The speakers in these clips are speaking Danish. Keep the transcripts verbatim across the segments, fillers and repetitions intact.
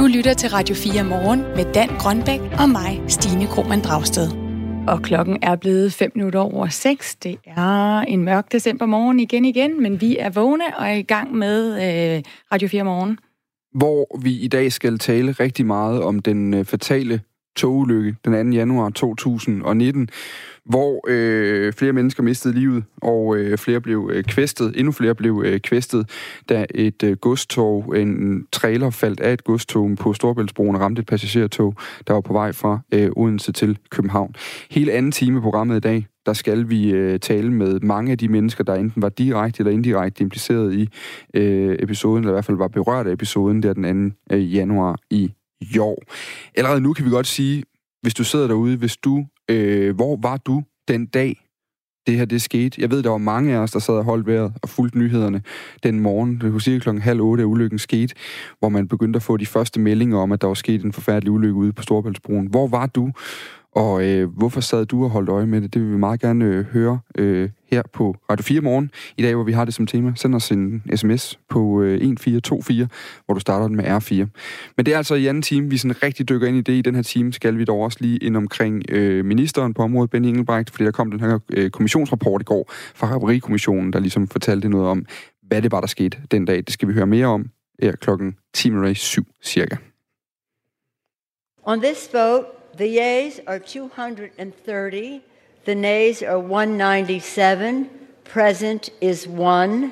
lytter til Radio fire Morgen med Dan Grønbæk og mig, Stine Krohmann Dragsted. Og klokken er blevet fem minutter over seks. Det er en mørk decembermorgen igen igen, men vi er vågne og er i gang med øh, Radio fire Morgen. Hvor vi i dag skal tale rigtig meget om den øh, fatale togulykke den anden januar to tusind og nitten, hvor øh, flere mennesker mistede livet, og øh, flere blev øh, kvæstet, endnu flere blev øh, kvæstet, da et øh, godstog, en trailer faldt af et godstog på Storebæltsbroen og ramte et passagertog, der var på vej fra øh, Odense til København. Hele anden time i programmet i dag, der skal vi øh, tale med mange af de mennesker, der enten var direkte eller indirekte impliceret i øh, episoden, eller i hvert fald var berørt af episoden der den anden øh, januar i år. Allerede nu kan vi godt sige, hvis du sidder derude, hvis du, øh, hvor var du den dag, det her det skete? Jeg ved, der var mange af os, der sad og holdt vejret og fulgte nyhederne den morgen. Det kunne sige klokken halv otte, at ulykken skete, hvor man begyndte at få de første meldinger om, at der var sket en forfærdelig ulykke ude på Storebæltsbroen. Hvor var du? Og øh, hvorfor sad du og holdt øje med det? Det vil vi meget gerne øh, høre øh, her på Radio fire Morgen, i dag, hvor vi har det som tema. Send os en sms på øh, et fire to fire, hvor du starter den med R fire. Men det er altså i anden time, vi sådan rigtig dykker ind i det. I den her time skal vi dog også lige ind omkring øh, ministeren på området, Benny Engelbrecht, fordi der kom den her øh, kommissionsrapport i går fra Havarikommissionen, der ligesom fortalte noget om, hvad det var, der skete den dag. Det skal vi høre mere om her klokken ti minutter i syv cirka. On this vote, the yeas are two hundred thirty, the nays are one hundred ninety-seven, present is one.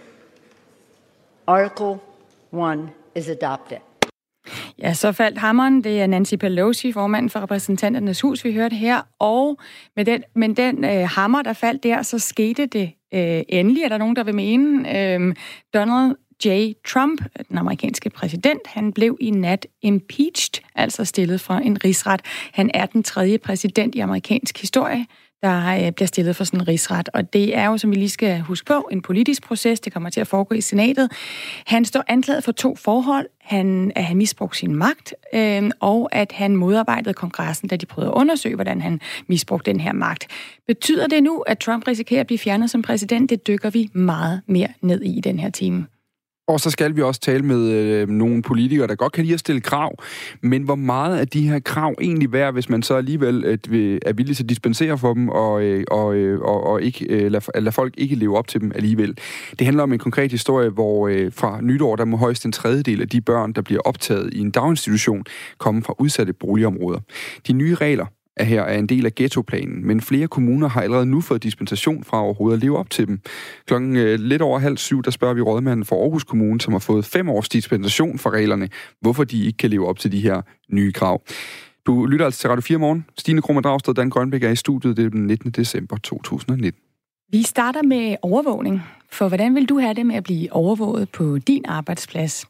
Article one is adopted. Ja, så faldt hammeren. Det er Nancy Pelosi, formanden for Repræsentanternes Hus, vi hørte her. Og med den, men den øh, hammer, der faldt der, så skete det øh, endelig, er der nogen, der vil mene. Øh, Donald J. Trump, den amerikanske præsident, han blev i nat impeached, altså stillet for en rigsret. Han er den tredje præsident i amerikansk historie, der bliver stillet for sådan en rigsret. Og det er jo, som vi lige skal huske på, en politisk proces. Det kommer til at foregå i senatet. Han står anklaget for to forhold. Han, at han misbrugte sin magt, øh, og at han modarbejdede kongressen, da de prøvede at undersøge, hvordan han misbrugte den her magt. Betyder det nu, at Trump risikerer at blive fjernet som præsident? Det dykker vi meget mere ned i i den her time. Og så skal vi også tale med øh, nogle politikere, der godt kan lide at stille krav. Men hvor meget af de her krav egentlig værd, hvis man så alligevel øh, er villig til at dispensere for dem, og, øh, og, øh, og, og ikke øh, lade lad folk ikke leve op til dem alligevel. Det handler om en konkret historie, hvor øh, fra nytår, der må højst en tredjedel af de børn, der bliver optaget i en daginstitution, komme fra udsatte boligområder. De nye regler er her er en del af ghettoplanen, men flere kommuner har allerede nu fået dispensation fra overhovedet at leve op til dem. Klokken øh, lidt over halv syv, der spørger vi rådmanden for Aarhus Kommune, som har fået fem års dispensation fra reglerne, hvorfor de ikke kan leve op til de her nye krav. Du lytter altså til Radio fire Morgen. Stine Krohmann Dragsted, Dan Grønbæk er i studiet. Det er den nittende december to tusind og nitten. Vi starter med overvågning. For hvordan vil du have det med at blive overvåget på din arbejdsplads?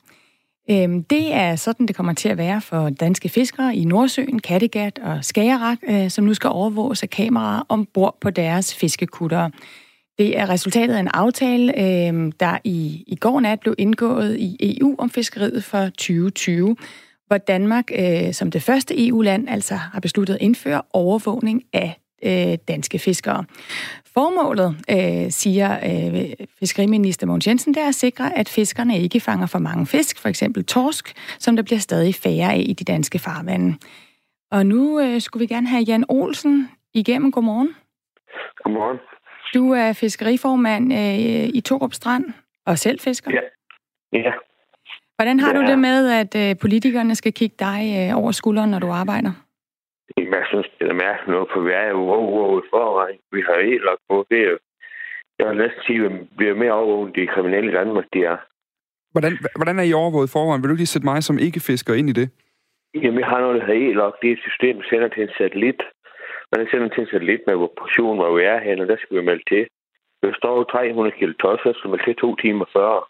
Det er sådan, det kommer til at være for danske fiskere i Nordsøen, Kattegat og Skagerrak, som nu skal overvåges af kameraer ombord på deres fiskekuttere. Det er resultatet af en aftale, der i, i går nat blev indgået i E U om fiskeriet for tyve tyve, hvor Danmark som det første E U-land altså har besluttet at indføre overvågning af danske fiskere. Formålet, øh, siger øh, fiskeriminister Mogens Jensen, det er at sikre, at fiskerne ikke fanger for mange fisk, for eksempel torsk, som der bliver stadig færre af i de danske farvande. Og nu øh, skulle vi gerne have Jan Olsen igennem. Godmorgen. Godmorgen. Du er fiskeriformand øh, i Torup Strand og selv fisker. Ja. ja. Hvordan har ja. du det med, at øh, politikerne skal kigge dig øh, over skulderen, når du arbejder? Jeg synes, det er mærkeligt noget, for vi er jo overvåget forvejen. Vi har helt lagt på. Det er jo, jeg vil næsten sige, at vi bliver mere overvåget, de kriminelle i Danmark, de er. Hvordan, hvordan er I overvåget forvejen? Vil du lige sætte mig som ikke-fisker ind i det? Jamen, jeg har noget, der hedder E-log. Det er et system, der sender til en satellit. Man sender til en satellit med hvor position, hvor vi er henne, og der skal vi melde til. Hvis der står tre hundrede kilo torsk, så skal vi melde til to timer fyrre.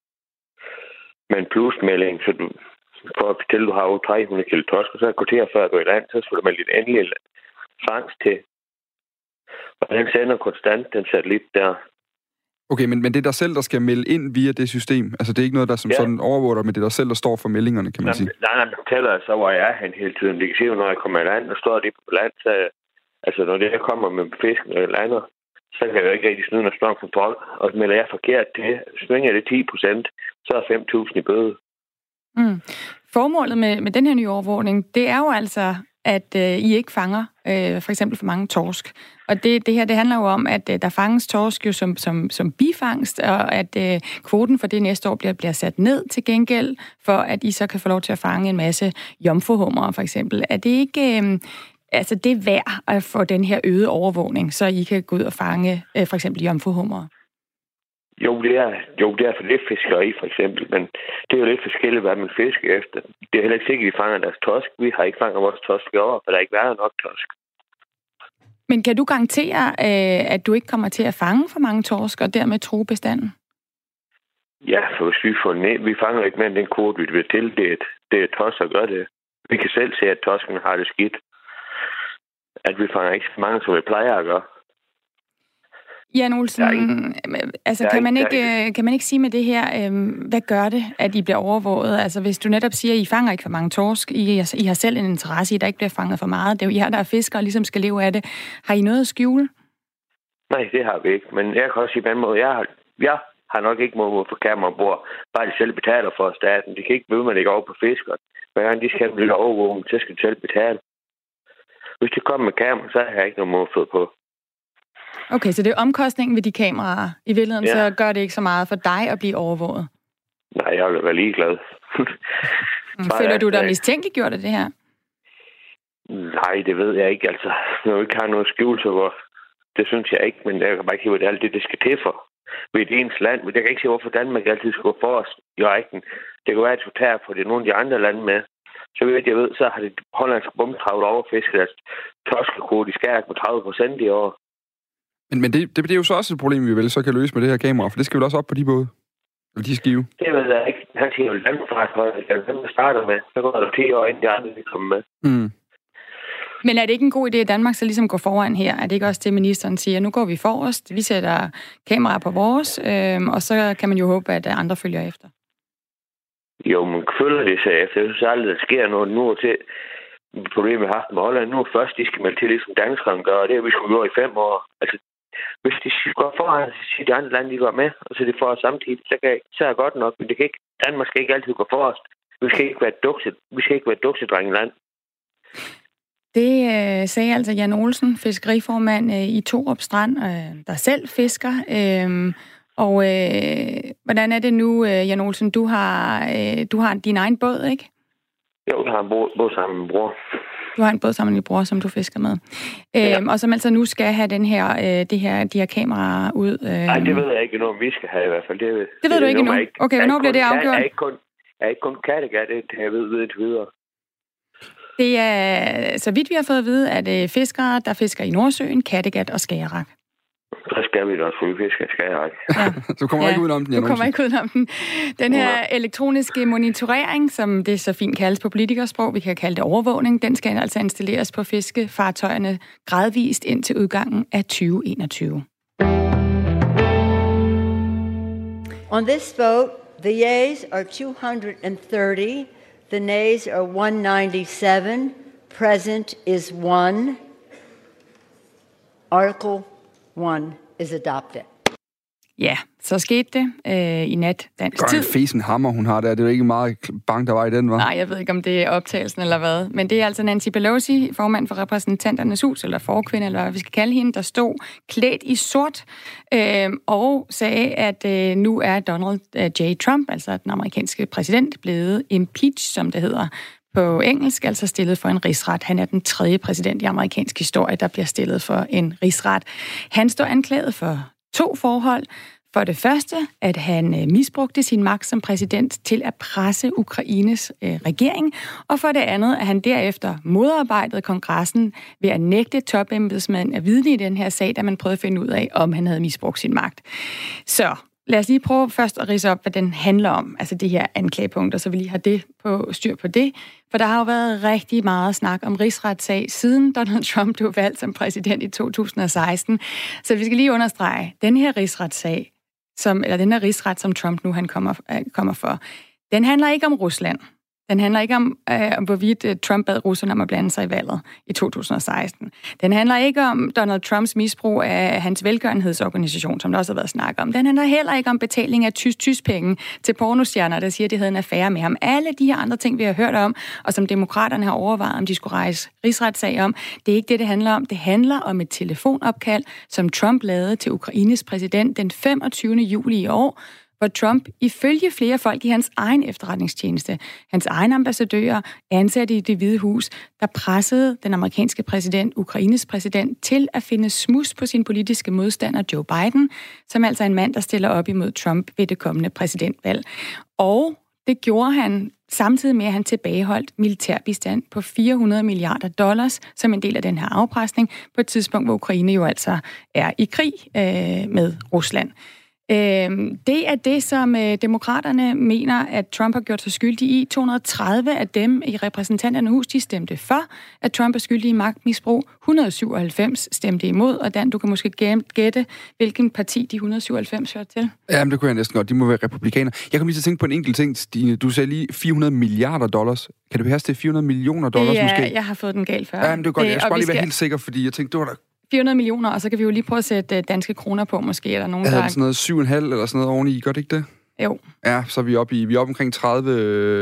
Med en plusmelding, så du... For at fortælle, du har jo tre hundrede kilo torsk, og så går til før at gå i land, så skal du med lidt endelig fangst til. Og den sender konstant den satellit der. Okay, men, men det er dig selv, der skal melde ind via det system? Altså det er ikke noget, der som ja. sådan overvåger dig, men det er dig selv, der står for meldingerne, kan man Jamen, sige? Nej, nej, man fortæller så, hvor jeg er hen hele tiden. Det kan sige, når jeg kommer i land, og står det på land, så altså når det kommer med fisken og lander, så kan jeg jo ikke rigtig snyde, når jeg kontrol. Og melder jeg forkert til, svinger det ti procent, så er fem tusind i bøde. Mm. Formålet med, med den her nye overvågning, det er jo altså, at øh, I ikke fanger øh, for eksempel for mange torsk. Og det, det her, det handler jo om, at øh, der fanges torsk jo som, som, som bifangst, og at øh, kvoten for det næste år bliver, bliver sat ned til gengæld, for at I så kan få lov til at fange en masse jomfruhummer for eksempel. Er det ikke øh, altså det værd at få den her øgede overvågning, så I kan gå ud og fange øh, for eksempel jomfruhummer? Jo, det er, jo, det er for lidt fiskeri, for eksempel, men det er jo lidt forskelligt, hvad man fisker efter. Det er heller ikke sikkert, at vi fanger deres torsk. Vi har ikke fanget vores torsk i år, for der er ikke været nok torsk. Men kan du garantere, øh, at du ikke kommer til at fange for mange torsk, og dermed true bestanden? Ja, for hvis vi får ned, vi fanger ikke mere end den kvote, vi vil tildele. Det er torsk, der gør det. Vi kan selv se, at torsken har det skidt. At vi fanger ikke så mange, som vi plejer at gøre. Jan Olsen, altså kan man, ikke, kan man ikke sige med det her, øh, hvad gør det, at I bliver overvåget? Altså hvis du netop siger, at I fanger ikke for mange torsk, I, I har selv en interesse i, at der ikke bliver fanget for meget. Det er jo jer, der er fiskere og ligesom skal leve af det. Har I noget at skjule? Nej, det har vi ikke. Men jeg kan også sige på en måde, jeg har, jeg har nok ikke måde for kamera ombord. Bare de selv betaler for staten. De kan ikke blive, man ikke over på fiskere. Hver gang de skal have lidt overvågning, så skal de selv betale. Hvis de kommer med kamera, så har jeg ikke noget måde på. Okay, så det er omkostningen ved de kameraer. I virkeligheden ja. Så gør det ikke så meget for dig at blive overvåget? Nej, jeg vil være ligeglad. Føler du dig mistænkeliggjort af det her? Nej, det ved jeg ikke. Altså, når jeg ikke har noget skjulelse, hvor det synes jeg ikke, men jeg kan bare ikke sige, hvad det er alt det, det skal til for. Ved et ens land, men jeg kan ikke se, hvorfor Danmark altid skal gå for os i rækken. Det kan være, at du tager på det nogle af de andre lande med. Så ved jeg, ved, så har det hollandske bomtravlet overfisket deres torskekvote i skært på tredive procent i år. Men, men det, det, det er jo så også et problem, vi vel så kan løse med det her kamera, for det skal jo også op på de både. Eller de skive. Det ved jeg ikke. Han siger jo landfart, eller hvem der starter med. Så går der ti år, inden de andre vil komme med. Mm. Men er det ikke en god idé, at Danmark så ligesom går foran her? Er det ikke også det, ministeren siger? Nu går vi forrest, vi sætter kameraer på vores, øh, og så kan man jo håbe, at andre følger efter. Jo, man følger det sig efter. Jeg synes aldrig, der sker noget nu til. Problemet vi har haft med Holland nu først, de skal melde til, ligesom danskerne gør, og det har vi skulle gøre i fem år. Altså, hvis de går foran, så siger de andre lande, de går med, og så de får samtidig, så, kan, så er det godt nok, men det kan ikke, Danmark skal ikke altid gå forrest. Vi skal ikke være dukset, vi skal ikke være duksedrengeland. Det øh, sagde altså Jan Olsen, fiskeriformand øh, i Torup Strand, øh, der selv fisker. Øh, og øh, hvordan er det nu, øh, Jan Olsen? Du har, øh, du har din egen båd, ikke? Jo, jeg har en båd, båd sammen med min bror. Du har en båd sammen med din bror, som du fisker med. Ja. Øhm, og som altså nu skal have den her, øh, det her, de her kameraer ud. Øh... Nej, det ved jeg ikke, når vi skal have i hvert fald. Det, det ved det, du ikke endnu? Okay, hvornår bliver det afgjort? Jeg er ikke kun, jeg er ikke kun Kattegat, det jeg ved, ved det videre. Det er, så vidt vi har fået at vide, at øh, fiskere, der fisker i Nordsøen, Kattegat og Skagerrak. Så skal vi da også få fisk af Skagerrak. Ja. Så kommer ja, ikke udenom den, Jan Du kommer ikke udenom den. Den her elektroniske monitorering, som det så fint kaldes på politikersprog, vi kan kalde det overvågning, den skal altså installeres på fiskefartøjerne gradvist indtil udgangen af tyve enogtyve. On this vote, the yeas are two hundred thirty, the nays are one hundred ninety-seven, present is one. Article one is adopted. Ja, så skete det øh, i nat dansk tid. Godt en fesen hammer, hun har der. Det er jo ikke meget bank, der var i den, var? Nej, jeg ved ikke, om det er optagelsen eller hvad. Men det er altså Nancy Pelosi, formand for repræsentanternes hus, eller forkvinde, eller hvad vi skal kalde hende, der stod klædt i sort øh, og sagde, at øh, nu er Donald J. Trump, altså den amerikanske præsident, blevet impeached, som det hedder på engelsk, altså stillet for en rigsret. Han er den tredje præsident i amerikansk historie, der bliver stillet for en rigsret. Han står anklaget for to forhold. For det første, at han misbrugte sin magt som præsident til at presse Ukraines øh, regering, og for det andet, at han derefter modarbejdede kongressen ved at nægte topembedsmænd at vidne i den her sag, da man prøvede at finde ud af, om han havde misbrugt sin magt. Så lad os lige prøve først at ridse op, hvad den handler om, altså de her anklagepunkter, så vi lige har det på styr på det. For der har jo været rigtig meget snak om rigsretssag, siden Donald Trump blev valgt som præsident i to tusind og seksten. Så vi skal lige understrege, den her rigsretssag, som, eller den her rigsret, som Trump nu han kommer, kommer for, den handler ikke om Rusland. Den handler ikke om, øh, om hvorvidt øh, Trump bad russerne om at blande sig i valget i to tusind og seksten. Den handler ikke om Donald Trumps misbrug af hans velgørenhedsorganisation, som der også har været snak om. Den handler heller ikke om betaling af tysk-tysk-penge til pornostjerner, der siger, at de havde en affære med ham. Alle de her andre ting, vi har hørt om, og som demokraterne har overvejet, om de skulle rejse rigsretssag om, det er ikke det, det handler om. Det handler om et telefonopkald, som Trump lavede til Ukraines præsident den femogtyvende juli i år, hvor Trump ifølge flere folk i hans egen efterretningstjeneste, hans egen ambassadører, ansatte i Det Hvide Hus, der pressede den amerikanske præsident, Ukraines præsident, til at finde smus på sin politiske modstander Joe Biden, som altså er en mand, der stiller op imod Trump ved det kommende præsidentvalg. Og det gjorde han samtidig med, at han tilbageholdt militærbistand på fire hundrede milliarder dollars som en del af den her afpresning, på et tidspunkt, hvor Ukraine jo altså er i krig øh, med Rusland. Det er det, som demokraterne mener, at Trump har gjort sig skyldig i. to hundrede og tredive af dem i repræsentanternes hus, de stemte for, at Trump er skyldig i magtmisbrug. et hundrede og syvoghalvfems stemte imod, og Dan, du kan måske gætte, hvilken parti de et hundrede og syvoghalvfems hørte til. Jamen, det kunne jeg næsten godt. De må være republikanere. Jeg kom lige til at tænke på en enkelt ting, Stine. Du sagde lige fire hundrede milliarder dollars. Kan det passe til fire hundrede millioner dollars ja, måske? Jeg har fået den galt før. Jamen, det er godt. Det, jeg skal bare lige skal... være helt sikker, fordi jeg tænkte, det var da fire hundrede millioner, og så kan vi jo lige prøve at sætte danske kroner på, måske, eller nogen, der... der... Er sådan noget syv komma fem eller sådan noget oveni, gør det ikke det? Jo. Ja, så er vi oppe i, vi er oppe omkring tredive,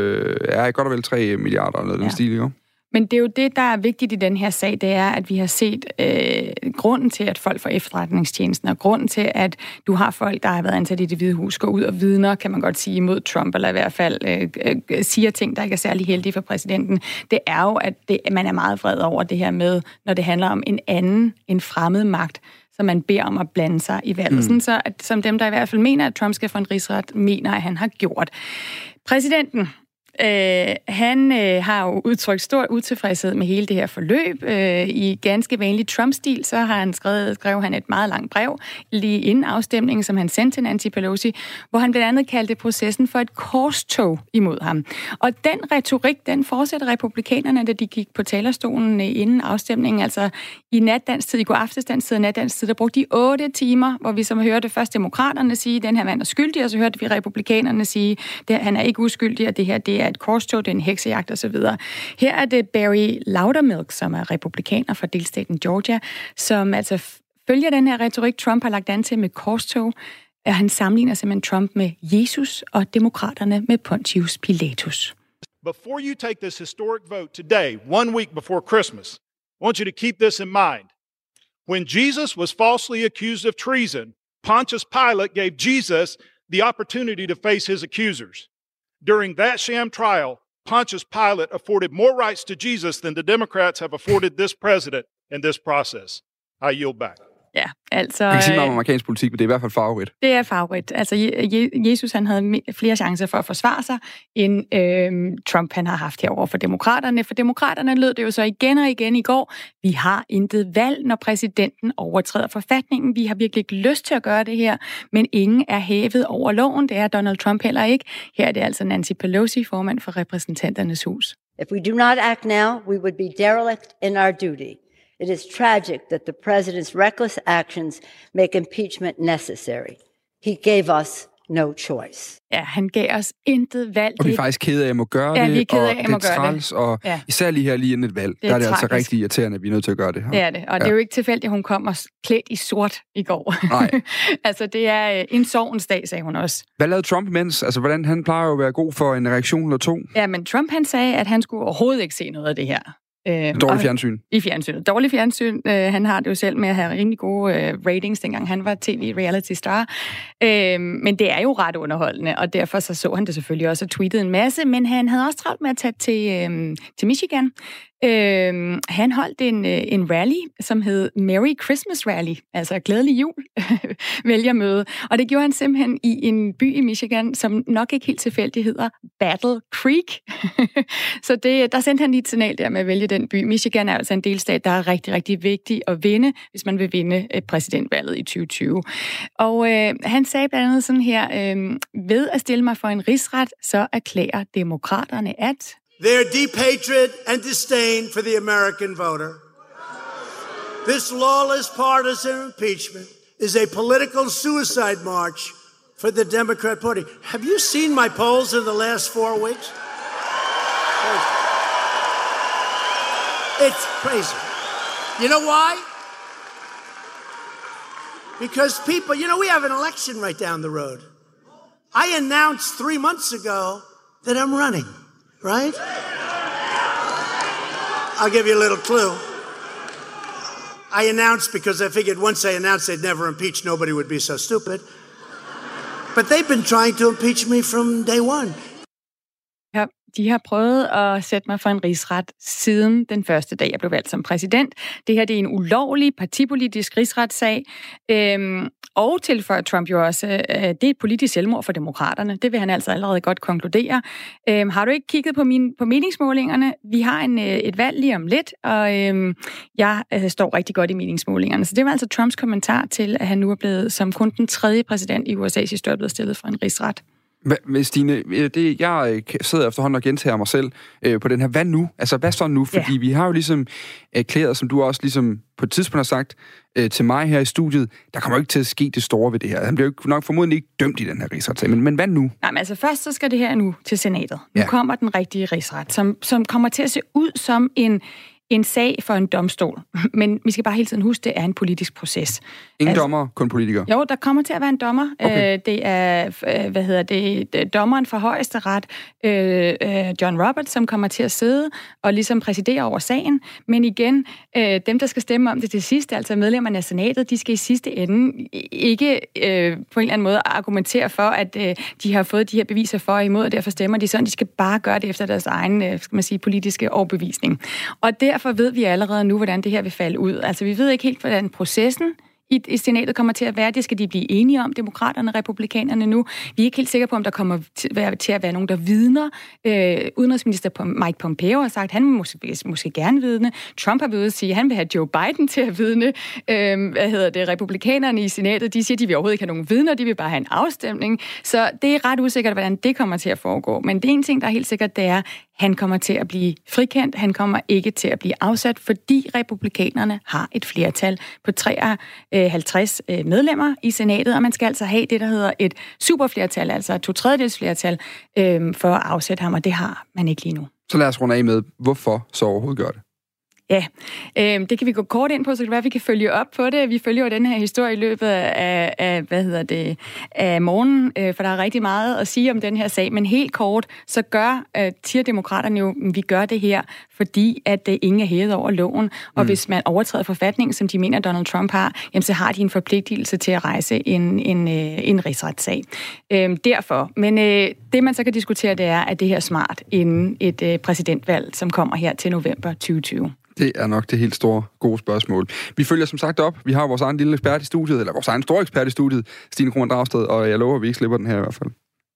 ja, godt og vel tre milliarder, eller ja. Den stil, jo. Men det er jo det, der er vigtigt i den her sag, det er, at vi har set øh, grunden til, at folk får efterretningstjenesten, og grunden til, at du har folk, der har været ansat i Det Hvide Hus, går ud og vidner, kan man godt sige, imod Trump, eller i hvert fald øh, øh, siger ting, der ikke er særlig heldige for præsidenten. Det er jo, at det, man er meget vred over det her med, når det handler om en anden, en fremmed magt, så man beder om at blande sig i valget. Mm. Sådan så, at, som dem, der i hvert fald mener, at Trump skal få en rigsret, mener, at han har gjort. Præsidenten, Øh, han øh, har jo udtrykt stor utilfredshed med hele det her forløb. Øh, I ganske vanlig Trump-stil, så har han skrevet, skrev han et meget langt brev lige inden afstemningen, som han sendte til Nancy Pelosi, hvor han blandt andet kaldte processen for et korstog imod ham. Og den retorik, den fortsætter republikanerne, da de gik på talerstolen inden afstemningen, altså i natdanstid, i går aftesdanstid og natdanstid, der brugte de otte timer, hvor vi som hørte først demokraterne sige, at den her mand er skyldig, og så hørte vi republikanerne sige, at han er ikke uskyldig, og det her, det er et korstog, det er en heksejagt osv. Her er det Barry Loudermilk, som er republikaner fra delstaten Georgia, som altså følger den her retorik, Trump har lagt an til med korstog, og han sammenligner simpelthen Trump med Jesus og demokraterne med Pontius Pilatus. Before you take this historic vote today, one week before Christmas, I want you to keep this in mind. When Jesus was falsely accused of treason, Pontius Pilate gave Jesus the opportunity to face his accusers. During that sham trial, Pontius Pilate afforded more rights to Jesus than the Democrats have afforded this president in this process. I yield back. Ja, altså... Jeg kan sige meget om amerikansk politik, men det er i hvert fald favorit. Det er favorit. Altså, Jesus, han havde flere chancer for at forsvare sig, end øh, Trump, han har haft herover for demokraterne. For demokraterne lød det jo så igen og igen i går, vi har intet valg, når præsidenten overtræder forfatningen. Vi har virkelig ikke lyst til at gøre det her, men ingen er hævet over loven. Det er Donald Trump heller ikke. Her er det altså Nancy Pelosi, formand for repræsentanternes hus. If we do not act now, we would be derelict in our duty. It is tragic that the president's reckless actions make impeachment necessary. He gave us no choice. Ja, han gav os intet valg. Og vi er faktisk kede af, at må gøre ja, det, vi er kede af, og at det er træls, og ja. Især lige her lige inden et valg, det der er det tragisk. Altså rigtig irriterende, at vi er nødt til at gøre det her. Det er det, og ja. Det er jo ikke tilfældigt, at hun kommer klædt i sort i går. Nej. Altså, det er en sorgens dag, sagde hun også. Hvad lavede Trump imens? Altså, hvordan han plejer jo at være god for en reaktion eller to? Ja, men Trump, han sagde, at han skulle overhovedet ikke se noget af det her. Øh, Dårlig fjernsyn. I fjernsynet. Dårlig fjernsyn. Øh, han har det jo selv med at have rimelig gode øh, ratings, dengang han var tv-reality star. Øh, men det er jo ret underholdende, og derfor så, så han det selvfølgelig også og tweetede en masse, men han havde også travlt med at tage til, øh, til Michigan. Øh, han holdt en, øh, en rally, som hed Merry Christmas Rally, altså glædelig jul vælgermøde. Og det gjorde han simpelthen i en by i Michigan, som nok ikke helt tilfældigt hedder Battle Creek. Så det, der sendte han lige et signal der med at vælge den by. Michigan er altså en delstat, der er rigtig, rigtig vigtig at vinde, hvis man vil vinde præsidentvalget i tyve tyve. Og øh, han sagde blandt andet sådan her, øh, ved at stille mig for en rigsret, så erklærer demokraterne at... Their deep hatred and disdain for the American voter. This lawless partisan impeachment is a political suicide march for the Democrat Party. Have you seen my polls in the last four weeks? It's crazy. You know why? Because people, you know, we have an election right down the road. I announced three months ago that I'm running, right? I'll give you a little clue. I announced because I figured once I announced they'd never impeach, nobody would be so stupid. But they've been trying to impeach me from day one. Ja, de har prøvet at sætte mig for en rigsret siden den første dag, jeg blev valgt som præsident. Det her det er en ulovlig partipolitisk rigsretssag. Øhm, og tilføjer Trump jo også, øh, det er et politisk selvmord for demokraterne. Det vil han altså allerede godt konkludere. Øhm, har du ikke kigget på, min, på meningsmålingerne? Vi har en, øh, et valg lige om lidt, og øh, jeg øh, står rigtig godt i meningsmålingerne. Så det var altså Trumps kommentar til, at han nu er blevet som kun den tredje præsident i U S A's historie blevet stillet for en rigsret. Hvad, Stine, det, jeg sidder efterhånden og gentager mig selv øh, på den her, hvad nu? Altså, hvad så nu? Fordi ja. vi har jo ligesom erklæret, som du også ligesom på et tidspunkt har sagt øh, til mig her i studiet, der kommer ikke til at ske det store ved det her. Han bliver jo nok formodentlig ikke dømt i den her rigsretssag, men, men hvad nu? Nej, men altså først så skal det her nu til senatet. Nu ja. kommer den rigtige rigsret, som, som kommer til at se ud som en en sag for en domstol. Men vi skal bare hele tiden huske, det er en politisk proces. Ingen altså, dommer, kun politikere? Jo, der kommer til at være en dommer. Okay. Øh, det er, hvad hedder det, dommeren for højesteret, øh, John Roberts, som kommer til at sidde og ligesom præsidere over sagen. Men igen, øh, dem, der skal stemme om det til sidst, altså medlemmerne af senatet, de skal i sidste ende ikke øh, på en eller anden måde argumentere for, at øh, de har fået de her beviser for og imod, og derfor stemmer de sådan. De skal bare gøre det efter deres egen, øh, skal man sige, politiske overbevisning. Og det Derfor ved vi allerede nu, hvordan det her vil falde ud. Altså, vi ved ikke helt, hvordan processen i, i senatet kommer til at være. Det skal de blive enige om, demokraterne og republikanerne nu. Vi er ikke helt sikre på, om der kommer til, til at være nogen, der vidner. Øh, udenrigsminister Mike Pompeo har sagt, at han måske, måske gerne vidne. Trump har ved at sige, at han vil have Joe Biden til at vidne. Øh, hvad hedder det? Republikanerne i senatet, de siger, at de vil overhovedet ikke have nogen vidner, de vil bare have en afstemning. Så det er ret usikkert, hvordan det kommer til at foregå. Men det ene ting, der er helt sikkert, det er, han kommer til at blive frikendt. Han kommer ikke til at blive afsat, fordi republikanerne har et flertal på treoghalvtreds medlemmer i senatet, og man skal altså have det, der hedder et superflertal, altså et to-tredjedels flertal, øh, for at afsætte ham, og det har man ikke lige nu. Så lad os runde af med, hvorfor så overhovedet gør det? Ja, øh, det kan vi gå kort ind på, så kan det være, at vi kan følge op på det. Vi følger jo den her historie i løbet af, af hvad hedder det, af morgenen, øh, for der er rigtig meget at sige om den her sag. Men helt kort, så gør, øh, siger demokraterne jo, vi gør det her, fordi at øh, ingen er hævet over loven. Og mm. hvis man overtræder forfatningen, som de mener, Donald Trump har, jamen, så har de en forpligtelse til at rejse en, en, øh, en rigsretssag. Øh, derfor. Men øh, det, man så kan diskutere, det er, at det her er smart inden et øh, præsidentvalg, som kommer her til november tyve tyve. Det er nok det helt store, gode spørgsmål. Vi følger som sagt op. Vi har vores egen lille ekspert i studiet, eller vores egen store ekspert i studiet, Stine Krohmann Dragsted, og jeg lover, at vi ikke slipper den her i hvert fald.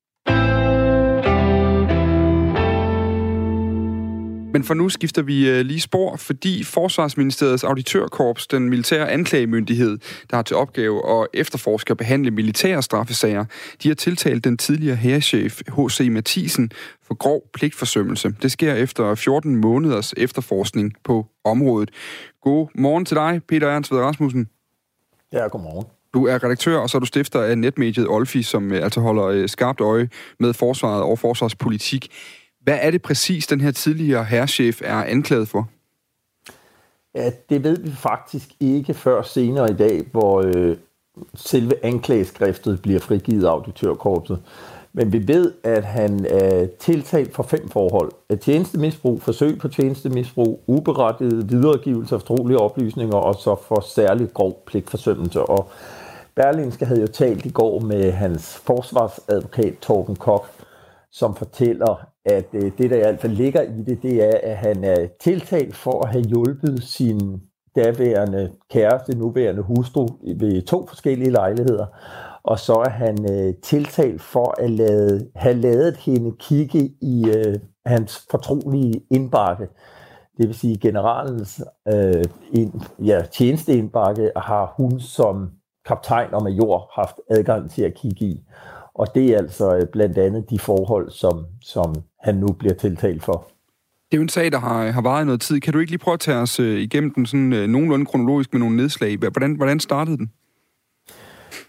Men for nu skifter vi lige spor, fordi Forsvarsministeriets auditørkorps, den militære anklagemyndighed, der har til opgave at efterforske og behandle militære straffesager, de har tiltalt den tidligere hærchef H C Matthiesen for grov pligtforsømmelse. Det sker efter fjorten måneders efterforskning på området. God morgen til dig, Peter Ernst Ved Rasmussen. Ja, godmorgen. Du er redaktør, og så er du stifter af netmediet Olfi, som altså holder skarpt øje med forsvaret og forsvarspolitik. Hvad er det præcis, den her tidligere hærchef er anklaget for? Ja, det ved vi faktisk ikke før senere i dag, hvor øh, selve anklageskriftet bliver frigivet af auditørkorpset. Men vi ved, at han er tiltalt for fem forhold. Tjenestemisbrug, forsøg på tjenestemisbrug, uberettiget videregivelse af fortrolige oplysninger, og så for særligt grov pligtforsømmelse. Og Berlingske havde jo talt i går med hans forsvarsadvokat Torben Koch, som fortæller, at det, der i hvert fald ligger i det, det er, at han er tiltalt for at have hjulpet sin daværende kæreste, nuværende hustru, ved to forskellige lejligheder. Og så er han øh, tiltalt for at lade, have ladet hende kigge i øh, hans fortrolige indbakke. Det vil sige, generalens øh, ind, ja, tjenesteindbakke har hun som kaptajn og major haft adgang til at kigge i. Og det er altså blandt andet de forhold, som, som han nu bliver tiltalt for. Det er jo en sag, der har, har varet noget tid. Kan du ikke lige prøve at tage os igennem den sådan, nogenlunde kronologisk med nogle nedslag? Hvordan, hvordan startede den?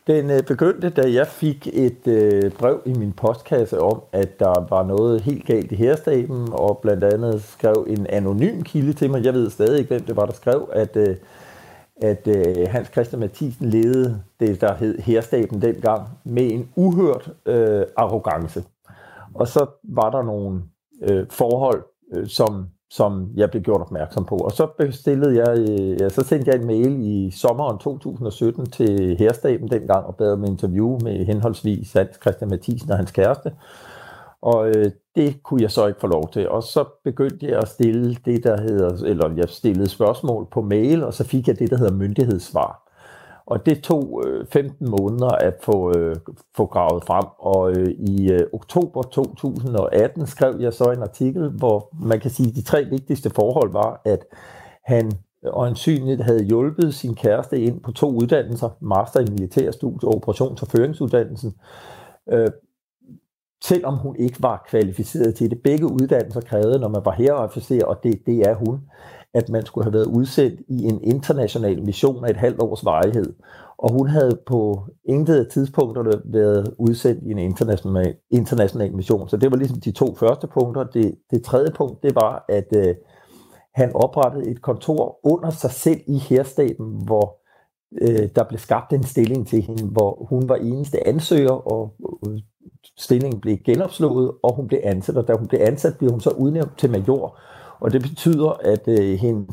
Den øh, begyndte, da jeg fik et øh, brev i min postkasse om, at der var noget helt galt i Hærstaben, og blandt andet skrev en anonym kilde til mig. Jeg ved stadig ikke, hvem det var, der skrev, at, øh, at øh, Hans Christian Mathisen ledede det, der hed Hærstaben dengang, med en uhørt øh, arrogance. Og så var der nogle øh, forhold, øh, som... som jeg blev gjort opmærksom på. Og så bestillede jeg, ja, så sendte jeg en mail i sommeren to tusind og sytten til Hærstaben dengang, og bad om interview med henholdsvis Hans Christian Mathisen og hans kæreste. Og øh, det kunne jeg så ikke få lov til. Og så begyndte jeg at stille det, der hedder, eller jeg stillede spørgsmål på mail, og så fik jeg det, der hedder myndighedssvar. Og det tog øh, femten måneder at få, øh, få gravet frem, og øh, i øh, oktober to tusind og atten skrev jeg så en artikel, hvor man kan sige, at de tre vigtigste forhold var, at han øjensynligt havde hjulpet sin kæreste ind på to uddannelser, master i militærstudie og operations- og føringsuddannelsen, øh, selvom hun ikke var kvalificeret til det. Begge uddannelser krævede, når man var hærofficer, og det, det er hun, at man skulle have været udsendt i en international mission af et halvt års varighed. Og hun havde på intet af tidspunkterne været udsendt i en international, international mission. Så det var ligesom de to første punkter. Det, det tredje punkt, det var, at øh, han oprettede et kontor under sig selv i Hærstaben, hvor øh, der blev skabt en stilling til hende, hvor hun var eneste ansøger, og øh, stillingen blev genopslået, og hun blev ansat. Og da hun blev ansat, blev hun så udnævnt til major. Og det betyder, at øh, hende,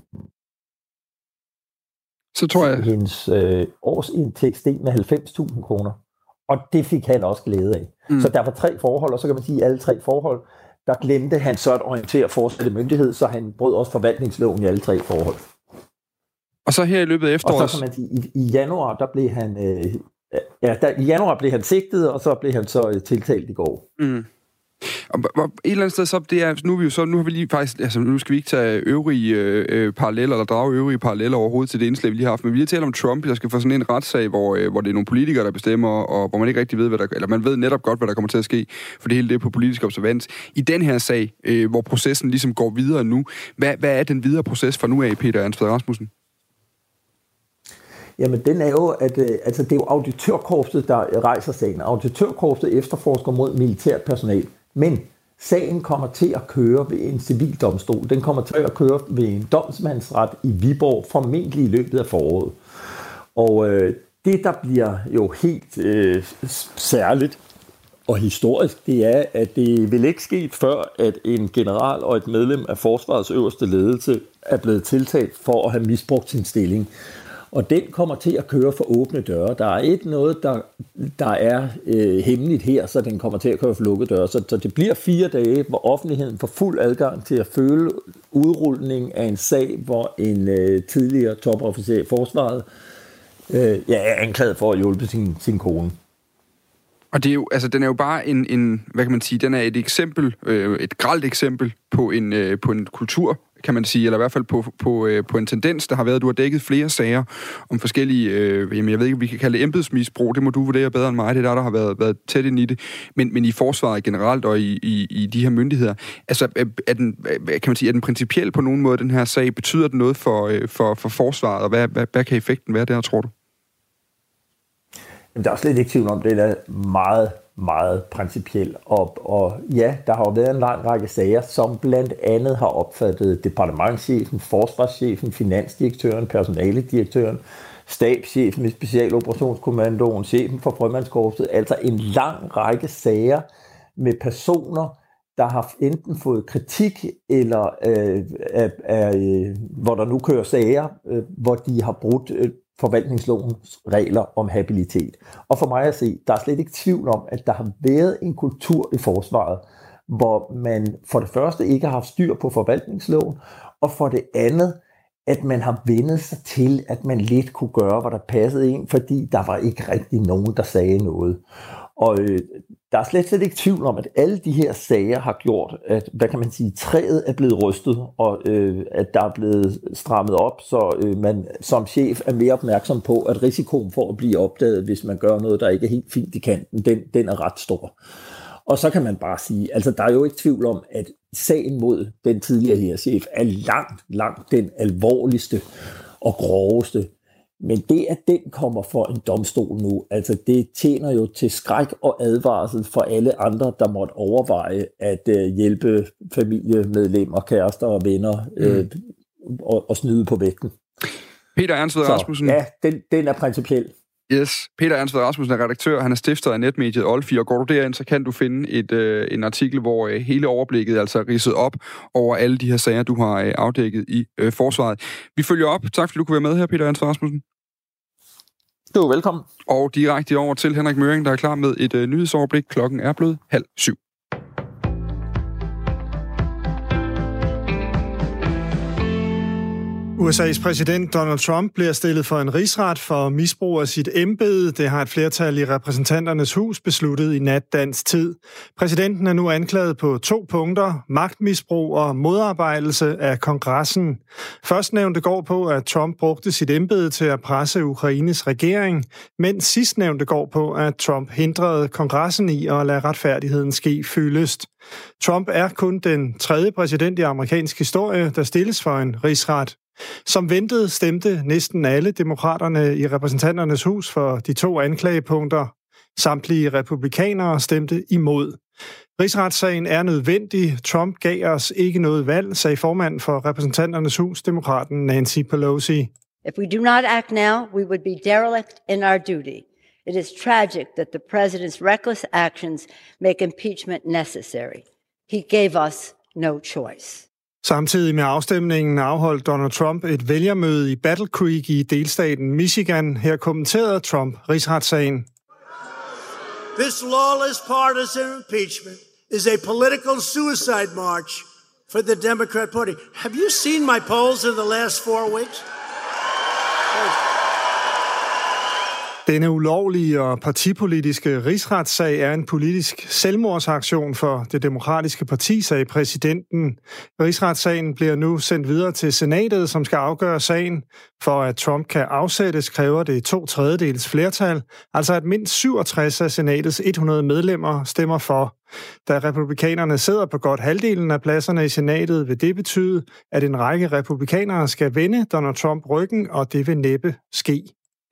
så tror jeg... hendes øh, årsindtægt steg med halvfems tusind kroner. Og det fik han også glæde af. Mm. Så der var tre forhold, og så kan man sige, at alle tre forhold, der glemte han så at orientere fortsatte myndighed, så han brød også forvaltningsloven i alle tre forhold. Og så her i løbet af efteråret... Og så kan man sige, i, i januar, der blev han... Øh, ja, der, i januar blev han sigtet, og så blev han så øh, tiltalt i går. Mm. Og, og et eller andet sted så det er nu er vi jo så nu har vi lige faktisk altså nu skal vi ikke tage øvrige øh, paralleller eller drage øvrige paralleller overhovedet til det indslag vi lige har haft, men vi lige taler om Trump, der skal få sådan en retssag, hvor øh, hvor det er nogle politikere der bestemmer, og hvor man ikke rigtig ved hvad der eller man ved netop godt hvad der kommer til at ske, for det hele det er på politisk observans. I den her sag, øh, hvor processen ligesom går videre nu, hvad hvad er den videre proces fra nu af, Peter Ernst Rasmussen? Jamen, den er jo, at øh, altså, det er jo auditørkorpset, der rejser sagen. Auditørkorpset efterforsker mod militært personal. Men sagen kommer til at køre ved en civildomstol. Den kommer til at køre ved en domsmandsret i Viborg, formentlig i løbet af foråret. Og øh, det, der bliver jo helt øh, særligt og historisk, det er, at det vil ikke ske før, at en general og et medlem af forsvarets øverste ledelse er blevet tiltalt for at have misbrugt sin stilling. Og den kommer til at køre for åbne døre. Der er ikke noget, der, der er øh, hemmeligt her, så den kommer til at køre for lukkede døre. Så, så det bliver fire dage, hvor offentligheden får fuld adgang til at følge udrulning af en sag, hvor en øh, tidligere topofficer i forsvaret øh, ja, er anklaget for at hjælpe sin, sin kone. Og det er jo, altså, den er jo bare en, en hvad kan man sige, den er et eksempel, øh, et grelt eksempel på en, øh, på en kultur, kan man sige, eller i hvert fald på, på, øh, på en tendens, der har været, du har dækket flere sager om forskellige, øh, jamen jeg ved ikke, vi kan kalde det embedsmisbrug, det må du vurdere bedre end mig, det er der, der har været, været tæt ind i det, men, men i forsvaret generelt og i, i, i de her myndigheder, altså er, er den, kan man sige, er den principiel på nogen måde, den her sag, betyder den noget for, øh, for, for forsvaret, og hvad, hvad, hvad kan effekten være der, tror du? Jamen, der er slet ikke tvivl om, det er meget, meget principielt. Og, og ja, der har jo været en lang række sager, som blandt andet har opfattet departementschefen, forsvarschefen, finansdirektøren, personaledirektøren, stabschefen i Specialoperationskommandoen, chefen for frømandskorpset. Altså en lang række sager med personer, der har enten fået kritik, eller øh, er, er, øh, hvor der nu kører sager, øh, hvor de har brudt øh, forvaltningslovens regler om habilitet. Og for mig at se, der er slet ikke tvivl om, at der har været en kultur i forsvaret, hvor man for det første ikke har haft styr på forvaltningsloven, og for det andet, at man har vendet sig til, at man lidt kunne gøre, hvad der passede ind, fordi der var ikke rigtig nogen, der sagde noget. Og øh, der er slet, slet ikke tvivl om, at alle de her sager har gjort, at, hvad kan man sige, træet er blevet rystet, og øh, at der er blevet strammet op, så øh, man som chef er mere opmærksom på, at risikoen for at blive opdaget, hvis man gør noget, der ikke er helt fint i kanten, den, den er ret stor. Og så kan man bare sige, altså der er jo ikke tvivl om, at sagen mod den tidligere her chef er langt, langt den alvorligste og groveste Men det, at den kommer for en domstol nu, altså det tjener jo til skræk og advarsel for alle andre, der måtte overveje at øh, hjælpe familiemedlemmer, kærester og venner øh, mm. og, og snyde på vægten. Peter Ernst Ved Rasmussen. Ja, den, den er principiel. Yes. Peter Ernst Ved Rasmussen er redaktør, han er stifter af netmediet Olfi, og går du derind, så kan du finde et, øh, en artikel, hvor øh, hele overblikket er altså ridset op over alle de her sager, du har øh, afdækket i øh, forsvaret. Vi følger op. Tak fordi du kunne være med her, Peter Ernst Ved Rasmussen. Du er velkommen. Og direkte over til Henrik Møring, der er klar med et øh, nyhedsoverblik. Klokken er blevet halv syv. U S A's præsident Donald Trump bliver stillet for en rigsret for misbrug af sit embede. Det har et flertal i repræsentanternes hus besluttet i nat dansk tid. Præsidenten er nu anklaget på to punkter: magtmisbrug og modarbejdelse af kongressen. Førstnævnte går på, at Trump brugte sit embede til at presse Ukraines regering, mens sidstnævnte går på, at Trump hindrede kongressen i at lade retfærdigheden ske fyldest. Trump er kun den tredje præsident i amerikansk historie, der stilles for en rigsret. Som ventet stemte næsten alle demokraterne i repræsentanternes hus for de to anklagepunkter. Samtlige republikanere stemte imod. Rigsretssagen er nødvendig. Trump gav os ikke noget valg, sagde formand for repræsentanternes hus, demokraten Nancy Pelosi. If we do not act now, we would be derelict in our duty. It is tragic that the president's reckless actions make impeachment necessary. He gave us no choice. Samtidig med afstemningen afholdt Donald Trump et vælgermøde i Battle Creek i delstaten Michigan. Her kommenterede Trump rigsretssagen. This lawless partisan impeachment is a political suicide march for the Democrat Party. Have you seen my polls in the last four weeks? Denne ulovlige og partipolitiske rigsretssag er en politisk selvmordsaktion for det demokratiske parti, sagde præsidenten. Rigsretssagen bliver nu sendt videre til senatet, som skal afgøre sagen. For at Trump kan afsættes, kræver det to tredjedels flertal, altså at mindst syvogtres af senatets hundrede medlemmer stemmer for. Da republikanerne sidder på godt halvdelen af pladserne i senatet, vil det betyde, at en række republikanere skal vende Donald Trump ryggen, og det vil næppe ske.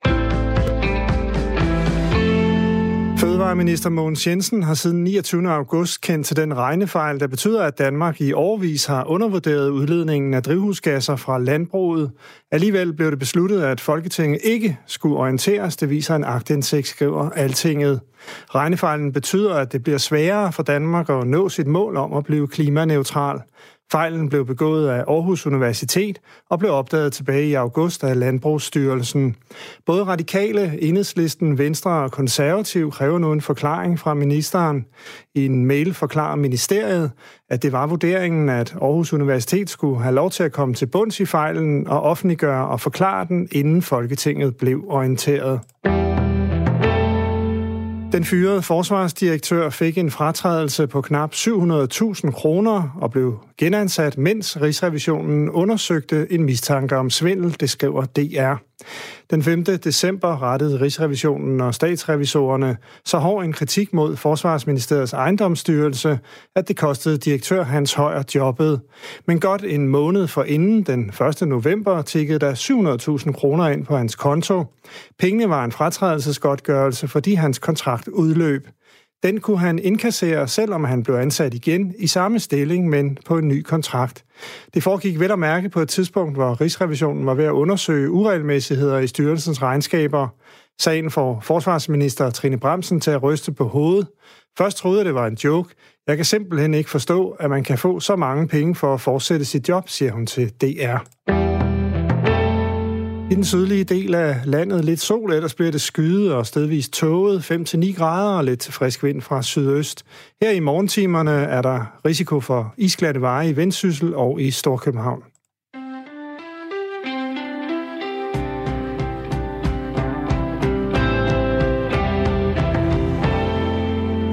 Fødevareminister Mogens Jensen har siden niogtyvende august kendt til den regnefejl, der betyder, at Danmark i årevis har undervurderet udledningen af drivhusgasser fra landbruget. Alligevel blev det besluttet, at Folketinget ikke skulle orienteres. Det viser en aktindsigt, skriver Altinget. Regnefejlen betyder, at det bliver sværere for Danmark at nå sit mål om at blive klimaneutral. Fejlen blev begået af Aarhus Universitet og blev opdaget tilbage i august af Landbrugsstyrelsen. Både Radikale, Enhedslisten, Venstre og Konservativ kræver nu en forklaring fra ministeren. I en mail forklarer ministeriet, at det var vurderingen, at Aarhus Universitet skulle have lov til at komme til bunds i fejlen og offentliggøre og forklare den, inden Folketinget blev orienteret. Den fyrede forsvarsdirektør fik en fratrædelse på knap syv hundrede tusind kroner og blev genansat, mens Rigsrevisionen undersøgte en mistanke om svindel, det skriver D R. Den femte december rettede Rigsrevisionen og statsrevisorerne så hård en kritik mod Forsvarsministeriets ejendomsstyrelse, at det kostede direktør Hans Højer jobbet. Men godt en måned forinden, den første november, tikkede der syv hundrede tusind kroner ind på hans konto. Pengene var en fratrædelsesgodtgørelse, fordi hans kontrakt udløb. Den kunne han indkassere, selvom han blev ansat igen i samme stilling, men på en ny kontrakt. Det foregik vel at mærke på et tidspunkt, hvor Rigsrevisionen var ved at undersøge uregelmæssigheder i styrelsens regnskaber. Sagen får forsvarsminister Trine Bramsen til at ryste på hovedet. Først troede jeg, det var en joke. Jeg kan simpelthen ikke forstå, at man kan få så mange penge for at fortsætte sit job, siger hun til D R. I den sydlige del af landet lidt sol, ellers bliver det skyet og stedvist tåget, fem til ni grader og lidt frisk vind fra sydøst. Her i morgentimerne er der risiko for isglatte veje i Vendsyssel og i Storkøbenhavn.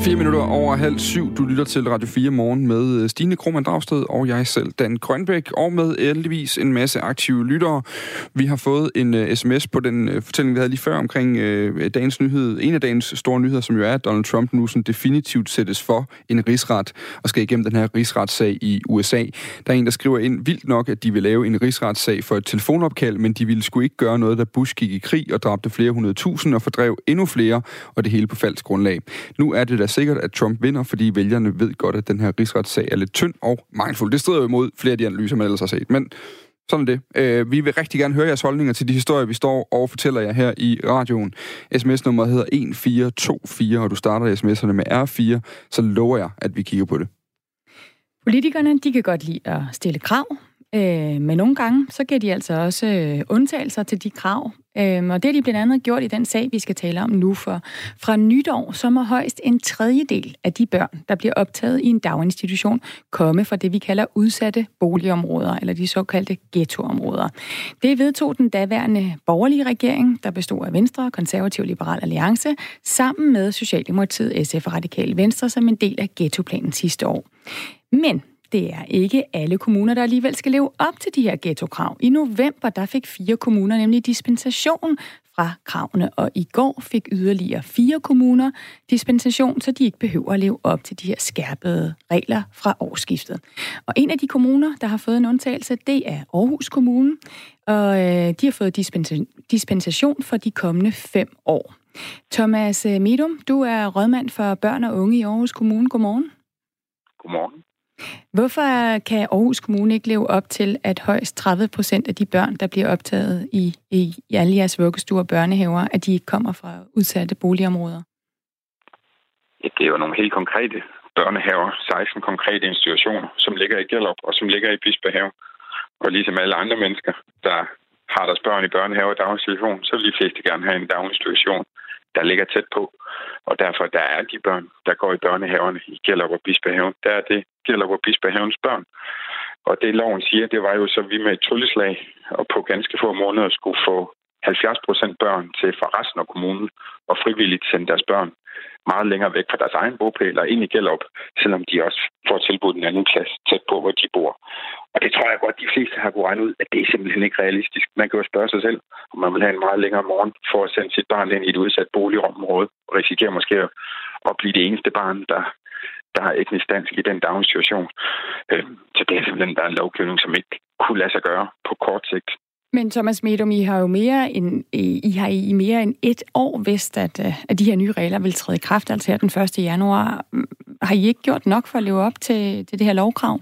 Fire minutter over halv syv. Du lytter til Radio fire Morgen med Stine Krohmann Dragsted og jeg selv, Dan Grønbæk, og med heldigvis en masse aktive lyttere. Vi har fået en uh, sms på den uh, fortælling, vi havde lige før omkring uh, dagens nyhed. En af dagens store nyheder, som jo er, at Donald Trump nu sådan definitivt sættes for en rigsret og skal igennem den her rigsretssag i U S A. Der er en, der skriver ind vildt nok, at de vil lave en rigsretssag for et telefonopkald, men de ville sgu ikke gøre noget, da Bush gik i krig og dræbte flere hundrede tusind og fordrev endnu flere, og det hele på falsk grundlag. Nu er det da sikkert, at Trump vinder, fordi vælgerne ved godt, at den her rigsretssag er lidt tynd og mangelfuld. Det strider jo imod flere af de analyser, man ellers har set. Men sådan er det. Øh, vi vil rigtig gerne høre jeres holdninger til de historier, vi står og fortæller jer her i radioen. S M S-nummeret hedder et fire to fire, og du starter sms'erne med R fire, så lover jeg, at vi kigger på det. Politikerne, de kan godt lide at stille krav, øh, men nogle gange, så giver de altså også øh, undtagelser til de krav. Øhm, og det har de blandt andet gjort i den sag, vi skal tale om nu. For fra nytår, så må højst en tredjedel af de børn, der bliver optaget i en daginstitution, komme fra det, vi kalder udsatte boligområder, eller de såkaldte ghettoområder. Det vedtog den daværende borgerlige regering, der bestod af Venstre, Konservativ og Liberal Alliance, sammen med Socialdemokratiet, S F og Radikale Venstre, som en del af ghettoplanen sidste år. Men det er ikke alle kommuner, der alligevel skal leve op til de her ghettokrav. I november, der fik fire kommuner nemlig dispensation fra kravene, og i går fik yderligere fire kommuner dispensation, så de ikke behøver at leve op til de her skærpede regler fra årsskiftet. Og en af de kommuner, der har fået en undtagelse, det er Aarhus Kommune, og de har fået dispensation for de kommende fem år. Thomas Medum, du er rådmand for børn og unge i Aarhus Kommune. Godmorgen. Godmorgen. Hvorfor kan Aarhus Kommune ikke leve op til, at højst tredive procent af de børn, der bliver optaget i, i, i alle jeres vuggestuer og børnehaver, at de ikke kommer fra udsatte boligområder? Ja, det er jo nogle helt konkrete børnehaver, seksten konkrete institutioner, som ligger i Gellerup og som ligger i Bispehave. Og ligesom alle andre mennesker, der har deres børn i børnehave og daginstitution, så vil de fleste gerne have en daginstitution, der ligger tæt på. Og derfor der er de børn, der går i børnehaverne i Gellerup og Bispehaven, der er det Gellerup og Bispehavens børn. Og det loven siger, det var jo så, vi med et trylleslag og på ganske få måneder skulle få halvfjerds procent børn til fra resten af kommunen og frivilligt sende deres børn meget længere væk fra deres egen bopæl og ind i Gellerup, selvom de også får tilbudt en anden plads tæt på, hvor de bor. Og det tror jeg godt, de fleste har kunnet regne ud, at det er simpelthen ikke realistisk. Man kan jo spørge sig selv, om man vil have en meget længere morgen for at sende sit barn ind i et udsat boligområde og risikere måske at blive det eneste barn, der, der har etnisk dansk i den daginstitution. Så det er simpelthen der er en lovgivning, som ikke kunne lade sig gøre på kort sigt. Men Thomas Medum, I har jo mere end, I har i mere end et år vidst, at, at de her nye regler vil træde i kraft, altså her den første januar. Har I ikke gjort nok for at leve op til, til det her lovkrav?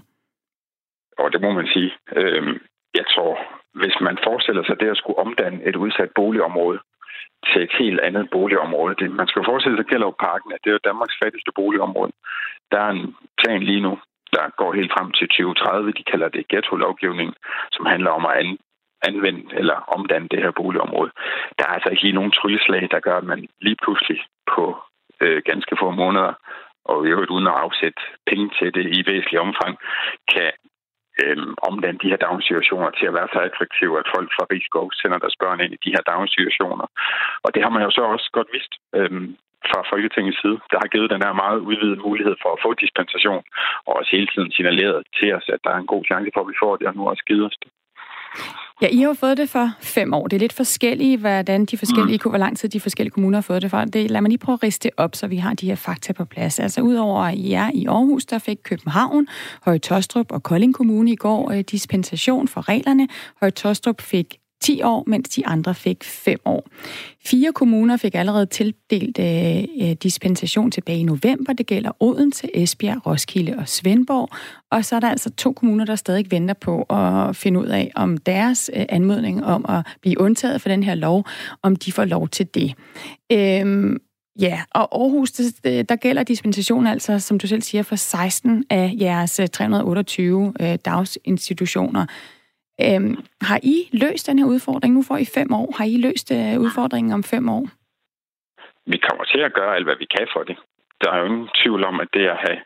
Og det må man sige. Jeg tror, hvis man forestiller sig det at skulle omdanne et udsat boligområde til et helt andet boligområde. Det, man skal jo forestille sig Gellerup-parken, at det er jo Danmarks fattigste boligområde. Der er en plan lige nu, der går helt frem til tyve tredive. De kalder det ghetto-lovgivning, som handler om at an, anvende eller omdanne det her boligområde. Der er altså ikke lige nogen trylleslag, der gør, at man lige pludselig på øh, ganske få måneder, og i øvrigt uden at afsætte penge til det i væsentlig omfang, kan Øhm, omdanne de her daginstitutioner til at være så attraktive, at folk fra Rigskov sender deres børn ind i de her daginstitutioner. Og det har man jo så også godt vidst øhm, fra Folketingets side. Der har givet den her meget udvidede mulighed for at få dispensation, og også hele tiden signaleret til os, at der er en god chance for, at vi får det, og nu også givet os det. Ja, I har jo fået det for fem år. Det er lidt forskelligt, hvordan de forskellige, mm. hvor lang tid de forskellige kommuner har fået det for. Det, lad mig lige prøve at riste op, så vi har de her fakta på plads. Altså udover jer i Aarhus, der fik København, Høje-Taastrup og Kolding Kommune i går øh, dispensation for reglerne. Høje-Taastrup fik ti år, mens de andre fik fem år. Fire kommuner fik allerede tildelt øh, dispensation tilbage i november. Det gælder Odense, Esbjerg, Roskilde og Svendborg. Og så er der altså to kommuner, der stadig venter på at finde ud af, om deres øh, anmodning om at blive undtaget for den her lov, om de får lov til det. Øhm, ja, og Aarhus, det, der gælder dispensation altså, som du selv siger, for seksten af jeres tre hundrede otteogtyve øh, dagsinstitutioner. Øhm, har I løst den her udfordring? Nu får I fem år. Har I løst øh, udfordringen om fem år? Vi kommer til at gøre alt, hvad vi kan for det. Der er jo ingen tvivl om, at det at have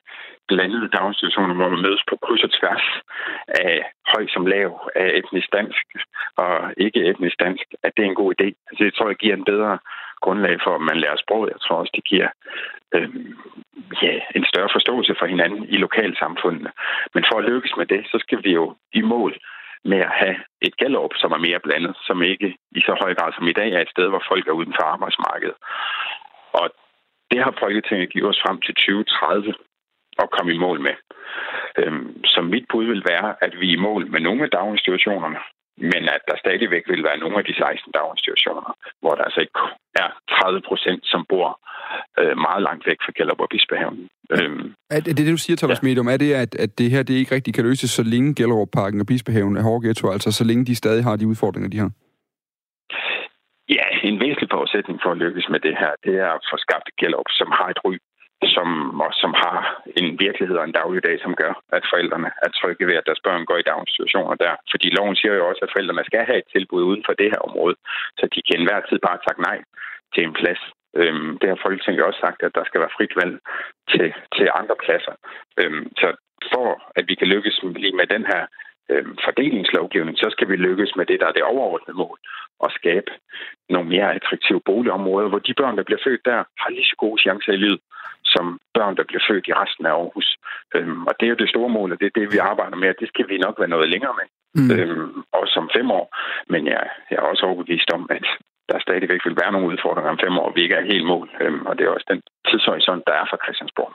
blandede daginstitutioner, hvor man mødes på kryds og tværs af høj som lav, af etnisk dansk og ikke etnisk dansk, at det er en god idé. Altså, det tror jeg giver en bedre grundlag for, at man lærer sproget. Jeg tror også, det giver øh, ja, en større forståelse for hinanden i lokalsamfundene. Men for at lykkes med det, så skal vi jo i mål med at have et Gellerup, som er mere blandet, som ikke i så høj grad som i dag er et sted, hvor folk er uden for arbejdsmarkedet. Og det har Folketinget givet os frem til tyve tredive at komme i mål med. Øhm, så mit bud vil være, at vi er i mål med nogle af daginstitutionerne, men at der stadigvæk vil være nogle af de seksten daginstitutioner, hvor der altså ikke er tredive procent, som bor øh, meget langt væk fra Gellerup og Bispehaven. Øhm, er det det, du siger, Thomas ja. Medum, er det, at, at det her det ikke rigtig kan løses, så længe Gellerupparken og Bispehaven er hårde ghettoer, altså så længe de stadig har de udfordringer, de har? Ja, en væsentlig forudsætning for at lykkes med det her, det er at få skabt Gellerup, som har et ry, som, og som har en virkelighed og en dagligdag, som gør, at forældrene er trygge ved, at deres børn går i daginstitutioner der. Fordi loven siger jo også, at forældrene skal have et tilbud uden for det her område, så de kan enhver tid bare takke nej til en plads. Øhm, det har Folketinget også sagt, at der skal være frit valg til, til andre pladser. Øhm, så for at vi kan lykkes lige med den her øhm, fordelingslovgivning, så skal vi lykkes med det, der er det overordnede mål, at skabe nogle mere attraktive boligområder, hvor de børn, der bliver født der, har lige så gode chancer i livet, som børn, der bliver født i resten af Aarhus. Øhm, og det er jo det store mål, og det er det, vi arbejder med, og det skal vi nok være noget længere med. Mm. Øhm, også om fem år. Men jeg, jeg er også overbevist om, at der stadigvæk vil være nogle udfordringer om fem år, vi ikke er helt mål. Øhm, og det er også den tidshorisont, der er for Christiansborg.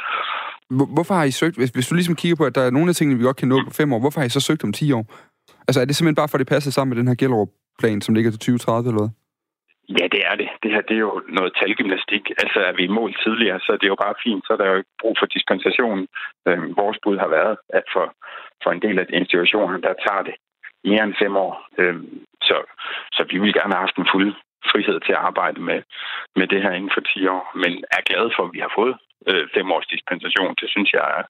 Hvorfor har I søgt, hvis, hvis du ligesom kigger på, at der er nogle af tingene, vi godt kan nå på fem år, hvorfor har I så søgt om ti år? Altså er det simpelthen bare for, at det passer sammen med den her Gellerup-plan, som ligger til tyve tredive eller hvad? Ja, det er det. Det her det er jo noget talgymnastik. Altså er vi i mål tidligere, så det er jo bare fint. Så er der jo ikke brug for dispensationen. Øhm, vores bud har været, at for, for en del af institutionerne, der tager det mere end fem år. Øhm, så, så vi vil gerne have haft en fuld frihed til at arbejde med, med det her inden for ti år. Men er glade for, at vi har fået øh, fem års dispensation. Det synes jeg er,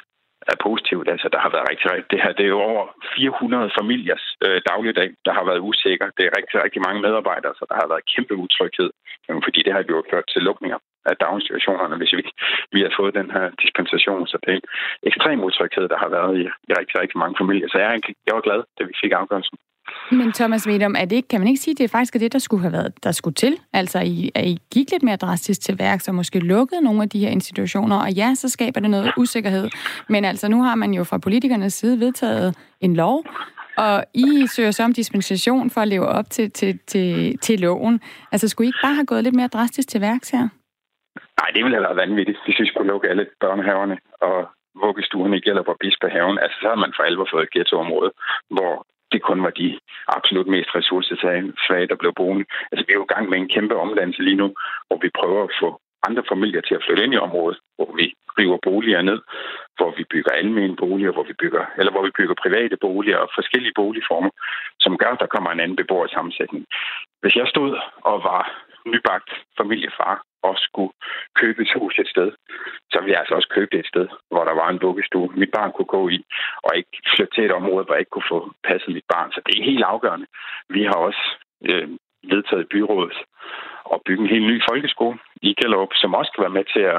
er positivt. Altså, der har været rigtig, rigtig... Det her, det er jo over fire hundrede familiers øh, dagligdag, der har været usikker. Det er rigtig, rigtig mange medarbejdere, så der har været kæmpe utryghed. Jamen, fordi det har jo ført til lukninger af daginstitutionerne, hvis vi, vi har fået den her dispensation. Så det er en ekstrem utryghed, der har været i, i rigtig, rigtig mange familier. Så jeg, er, jeg var glad, da vi fik afgørelsen. Men Thomas Medum, er det ikke, kan man ikke sige, at det er faktisk det, der skulle have været, der skulle til? Altså, I, at I gik lidt mere drastisk til værks og måske lukkede nogle af de her institutioner, og ja, så skaber det noget usikkerhed. Men altså, nu har man jo fra politikernes side vedtaget en lov, og I søger så om dispensation for at leve op til, til, til, til loven. Altså, skulle I ikke bare have gået lidt mere drastisk til værks her? Nej, det ville have været vanvittigt, hvis vi skulle lukke alle børnehaverne og vuggestuerne i Gellerup og Bispehaven. Altså, så har man for alvor fået et ghettoområde, hvor det kun var de absolut mest ressourcesvage, der blev boende. Altså, vi er jo i gang med en kæmpe omdannelse lige nu, hvor vi prøver at få andre familier til at flytte ind i området, hvor vi river boliger ned, hvor vi bygger almene boliger, hvor vi bygger, eller hvor vi bygger private boliger og forskellige boligformer, som gør, at der kommer en anden beboersammensætning. Hvis jeg stod og var nybagt familiefar og skulle købe et hus et sted, så ville jeg altså også købe det et sted, hvor der var en vuggestue, mit barn kunne gå i, og ikke flytte til et område, hvor jeg ikke kunne få passet mit barn. Så det er helt afgørende. Vi har også øh, vedtaget byrådet at bygge en helt ny folkeskole i Gellerup, som også kan være med til at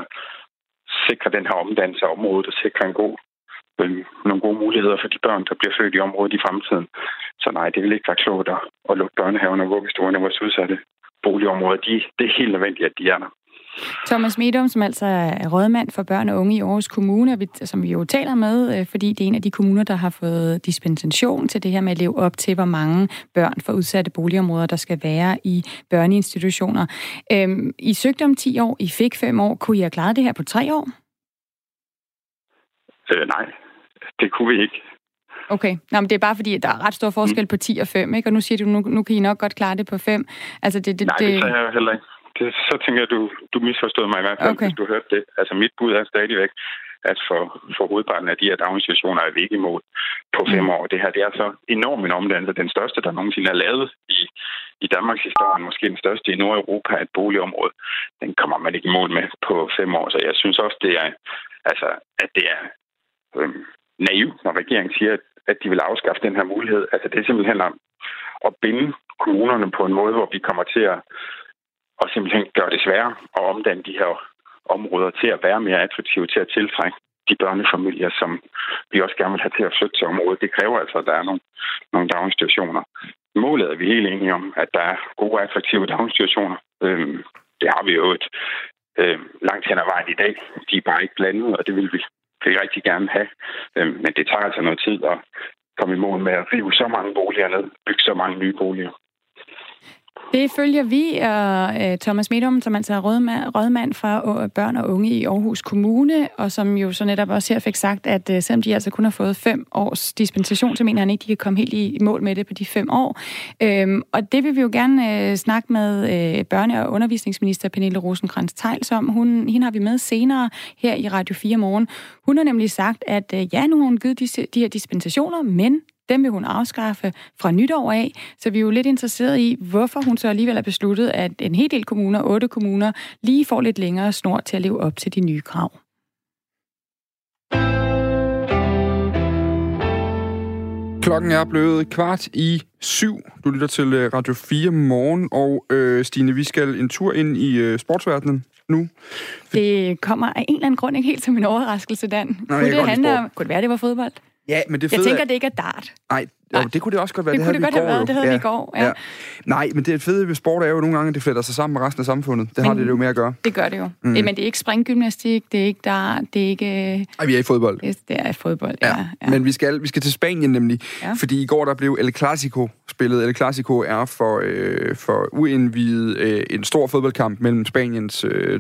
sikre den her omdannelse af området og sikre en god, øh, nogle gode muligheder for de børn, der bliver født i området i fremtiden. Så nej, det vil ikke være klogt at lukke børnehaven og vuggestuerne i vores udsatte boligområder. De, det er helt nødvendigt, at de er der. Thomas Medum, som altså er rådmand for børn og unge i Aarhus Kommune, som vi jo taler med, fordi det er en af de kommuner, der har fået dispensation til det her med at leve op til, hvor mange børn fra udsatte boligområder, der skal være i børneinstitutioner. Øhm, I søgte om ti år, I fik fem år. Kunne I have klaret det her på tre år? Øh, nej, det kunne vi ikke. Okay, nå, men det er bare fordi, at der er ret stor forskel på ti og fem, ikke? Og nu siger du, nu, nu kan I nok godt klare det på fem. Altså, det, det, nej, det sagde jeg heller ikke. Det, så tænker jeg, du, du misforstod mig i hvert fald, okay. Hvis du hørte det. Altså, mit bud er stadigvæk, at for, for hovedparten af de her daginstitutioner er vi ikke i mål på fem mm. år. Det her, det er så enormt en omdannelse. Den største, der nogensinde er lavet i, i Danmarks historie, måske den største i Nordeuropa, et boligområde. Den kommer man ikke i mål med på fem år. Så jeg synes også, det er, altså, at det er øhm, naivt, når regeringen siger, at, at de vil afskaffe den her mulighed. Altså, det er simpelthen at, at binde kommunerne på en måde, hvor vi kommer til at og simpelthen gøre det sværere at omdanne de her områder til at være mere attraktive, til at tiltrække de børnefamilier, som vi også gerne vil have til at flytte til området. Det kræver altså, at der er nogle, nogle daginstitutioner. Målet er vi helt enige om, at der er gode og attraktive daginstitutioner. Øhm, det har vi jo et øh, langt hen ad vejen i dag. De er bare ikke blandet, og det vil vi, vil vi rigtig gerne have. Øhm, men det tager altså noget tid at komme i mål med at rive så mange boliger ned, bygge så mange nye boliger. Det følger vi, og Thomas Medom, som altså er rådmand fra børn og unge i Aarhus Kommune, og som jo så netop også her fik sagt, at selvom de altså kun har fået fem års dispensation, så mener han ikke, de kan komme helt i mål med det på de fem år. Og det vil vi jo gerne snakke med børne- og undervisningsminister Pernille Rosenkrantz-Theils om. Hun, hende har vi med senere her i Radio fire Morgen. Hun har nemlig sagt, at ja, nu har hun givet de, de her dispensationer, men dem vil hun afskaffe fra nytår af, så vi er jo lidt interesseret i, hvorfor hun så alligevel har besluttet, at en hel del kommuner, otte kommuner, lige får lidt længere snor til at leve op til de nye krav. Klokken er blevet kvart i syv. Du lytter til Radio fire Morgen, og øh, Stine, vi skal en tur ind i øh, sportsverdenen nu. Det kommer af en eller anden grund ikke helt som en overraskelse, Dan. Nej, kunne det handle om, kunne det være, det var fodbold? Ja, men det fede Jeg tænker, er... det ikke er dart. Nej, jo, det kunne det også godt være. Det, det kunne det godt have været, det havde ja. vi i går. Ja. Ja. Nej, men det fede ved sport er jo nogle gange, at det fletter sig sammen med resten af samfundet. Det men, har det jo med at gøre. Det gør det jo. Mm. Men det er ikke springgymnastik, det er ikke dart, det er ikke... Nej, vi er i fodbold. Det er i fodbold, ja. ja. ja. Men vi skal, vi skal til Spanien nemlig, ja. Fordi i går der blev El Clasico spillet. El Clasico er for, øh, for uindvidet øh, en stor fodboldkamp mellem Spaniens øh,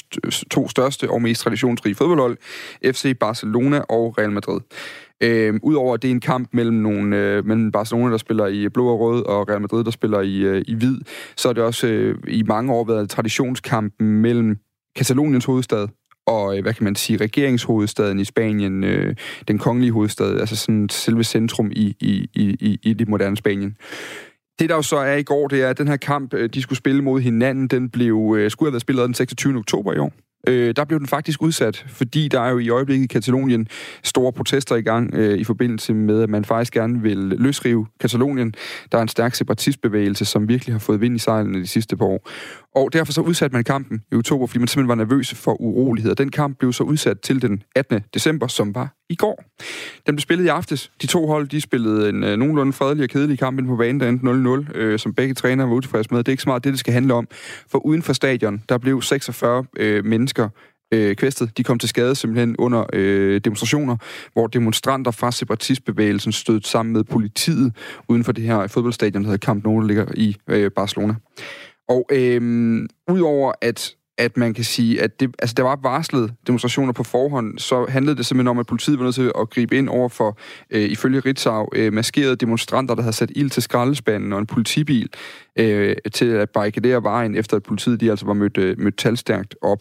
to største og mest traditionsrige fodboldhold, F C Barcelona og Real Madrid. Øh, Udover at det er en kamp mellem, nogle, øh, mellem Barcelona, der spiller i blå og rød, og Real Madrid, der spiller i, øh, i hvid, så er det også øh, i mange år været traditionskampen mellem Kataloniens hovedstad og, øh, hvad kan man sige, regeringshovedstaden i Spanien, øh, den kongelige hovedstad, altså sådan selve centrum i, i, i, i det moderne Spanien. Det, der jo så er i går, det er, at den her kamp, de skulle spille mod hinanden, den blev, øh, skulle have været spillet den seksogtyvende oktober i år. Øh, der blev den faktisk udsat, fordi der er jo i øjeblikket i Katalonien store protester i gang øh, i forbindelse med, at man faktisk gerne vil løsrive Katalonien. Der er en stærk separatistbevægelse, som virkelig har fået vind i sejlene de sidste par år. Og derfor så udsatte man kampen i oktober, fordi man simpelthen var nervøs for uroligheder. Den kamp blev så udsat til den attende december, som var i går. Den blev spillet i aftes. De to hold, de spillede en øh, nogenlunde fredelig og kedelig kamp inde på banen, der endte nul nul, øh, som begge trænere var utilfredse med. Det er ikke så meget det, det skal handle om. For uden for stadion, der blev seksogfyrre øh, mennesker øh, kvæstet. De kom til skade simpelthen under øh, demonstrationer, hvor demonstranter fra separatistbevægelsen stødte sammen med politiet uden for det her fodboldstadion, der hedder Camp Nou, der ligger i øh, Barcelona. Og øh, udover at at man kan sige, at det, altså, der var varslet demonstrationer på forhånd, så handlede det simpelthen om, at politiet var nødt til at gribe ind over for, øh, ifølge Ritzau, øh, maskerede demonstranter, der havde sat ild til skraldespanden og en politibil øh, til at barrikadere vejen, efter at politiet de altså var mødt, øh, mødt talstærkt op.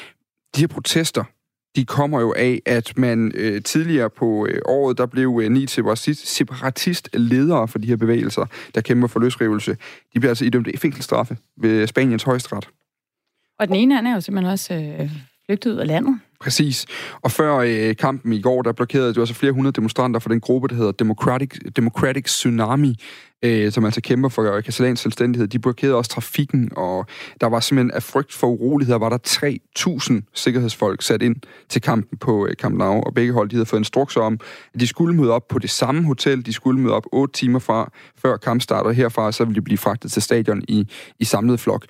De her protester, de kommer jo af, at man øh, tidligere på øh, året, der blev øh, ni separatistledere for de her bevægelser, der kæmper for løsrivelse. De bliver altså idømt fængselsstraffe ved Spaniens højesteret. Og den ene, han er jo simpelthen også øh, flygtet ud af landet. Præcis. Og før øh, kampen i går, der blokerede det også flere hundrede demonstranter for den gruppe, der hedder Democratic, Democratic Tsunami, øh, som altså kæmper for katalansk selvstændighed. De blokerede også trafikken, og der var simpelthen af frygt for uroligheder, var der tre tusind sikkerhedsfolk sat ind til kampen på øh, Camp Nou, og begge hold, de havde fået instrukser om, at de skulle møde op på det samme hotel, de skulle møde op otte timer fra, før kampstart, og herfra så ville de blive fragtet til stadion i, i samlet flok.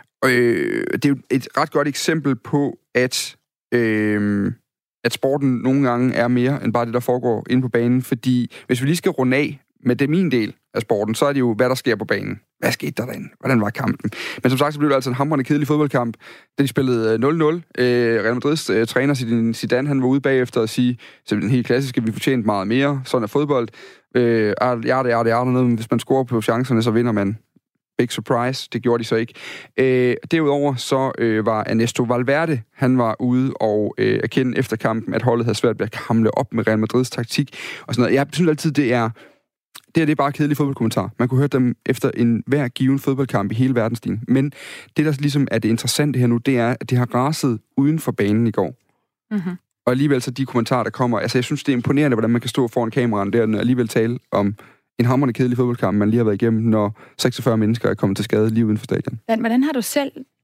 Øh, det er jo et ret godt eksempel på, at, øh, at sporten nogle gange er mere end bare det, der foregår inde på banen. Fordi hvis vi lige skal runde af med det min del af sporten, så er det jo, hvad der sker på banen. Hvad skete der derinde? Hvordan var kampen? Men som sagt, så blev det altså en hamrende kedelig fodboldkamp. Da de spillede nul nul. Øh, Real Madrids øh, træner Zidane, han var ude bagefter at sige, så den helt klassiske, vi fortjente meget mere. Sådan er fodbold. Øh, ja, det er det, er det, er det. Hvis man scorer på chancerne, så vinder man. Big surprise, det gjorde de så ikke. Øh, derudover så øh, var Ernesto Valverde, han var ude og øh, erkende efter kampen, at holdet havde svært ved at hamle op med Real Madrids taktik og sådan noget. Jeg synes altid, det er det, er, det er bare kedelig fodboldkommentar. Man kunne høre dem efter en hver given fodboldkamp i hele verdensdelen. Men det, der ligesom er det interessante her nu, det er, at det har raset uden for banen i går. Mm-hmm. Og alligevel så de kommentarer, der kommer, altså jeg synes, det er imponerende, hvordan man kan stå foran kameraen der, og alligevel tale om en hamrende kedelig fodboldkamp, man lige har været igennem, når seksogfyrre mennesker er kommet til skade lige uden for stadion. Hvordan har du selv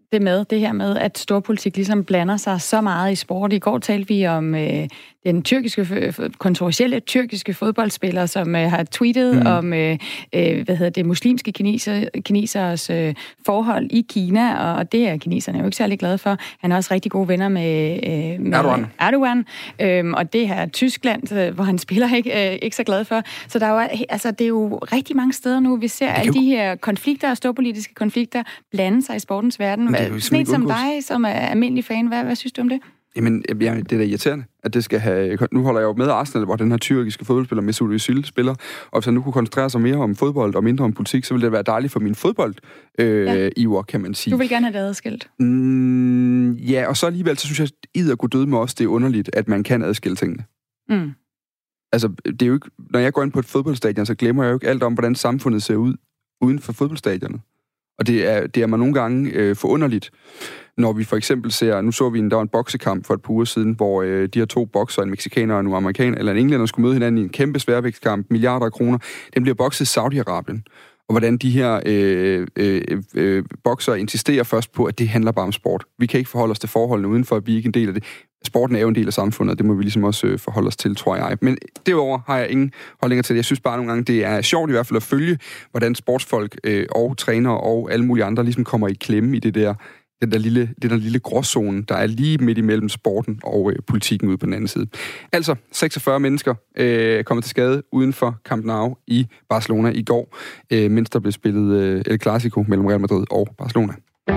det med, det her med, at storpolitik ligesom blander sig så meget i sport. I går talte vi om øh, den tyrkiske, kontroversielle tyrkiske fodboldspiller, som øh, har tweetet mm. om, øh, øh, hvad hedder det, muslimske kineser, kinesers øh, forhold i Kina, og, og det er kineserne jo ikke særlig glade for. Han er også rigtig gode venner med, øh, med Erdogan, Erdogan øh, og det her Tyskland, øh, hvor han spiller ikke, øh, ikke så glad for. Så der er jo, altså, det er jo rigtig mange steder nu, vi ser alle de her konflikter og storpolitiske konflikter blande sig i sportens verden. Sådan en som dig, som er almindelig fan, hvad, hvad synes du om det? Jamen, ja, det er da irriterende, at det skal have... Nu holder jeg jo med Arsenal, hvor den her tyrkiske fodboldspiller, Mesut Özil, spiller, og hvis han nu kunne koncentrere sig mere om fodbold og mindre om politik, så ville det være dejligt for min fodbold, øh, ja. Iver, kan man sige. Du vil gerne have det adskilt. Mm, ja, og så alligevel, så synes jeg, at idder kunne døde med os, det er underligt, at man kan adskille tingene. Mm. Altså, det er jo ikke... Når jeg går ind på et fodboldstadion, så glemmer jeg jo ikke alt om, hvordan samfundet ser ud uden for fodboldstadionet. Og det er, det er mig nogle gange øh, forunderligt, når vi for eksempel ser, nu så vi en, der var en boksekamp for et par uger siden, hvor øh, de her to bokser, en mexikaner og en amerikaner, eller en englænder, skulle møde hinanden i en kæmpe sværvægtskamp, milliarder af kroner. Den bliver bokset i Saudi-Arabien. Og hvordan de her øh, øh, øh, bokser insisterer først på, at det handler bare om sport. Vi kan ikke forholde os til forholdene udenfor, at vi ikke er en del af det. Sporten er jo en del af samfundet, og det må vi ligesom også øh, forholde os til, tror jeg. Men derudover har jeg ingen holdninger til det. Jeg synes bare nogle gange, det er sjovt i hvert fald at følge, hvordan sportsfolk øh, og trænere og alle mulige andre ligesom kommer i klemme i det der, den der lille, den der lille gråzone, der er lige midt imellem sporten og øh, politikken ude på den anden side. Altså, seksogfyrre mennesker øh, kommer til skade uden for Camp Nou i Barcelona i går, øh, mens der blev spillet øh, El Clasico mellem Real Madrid og Barcelona.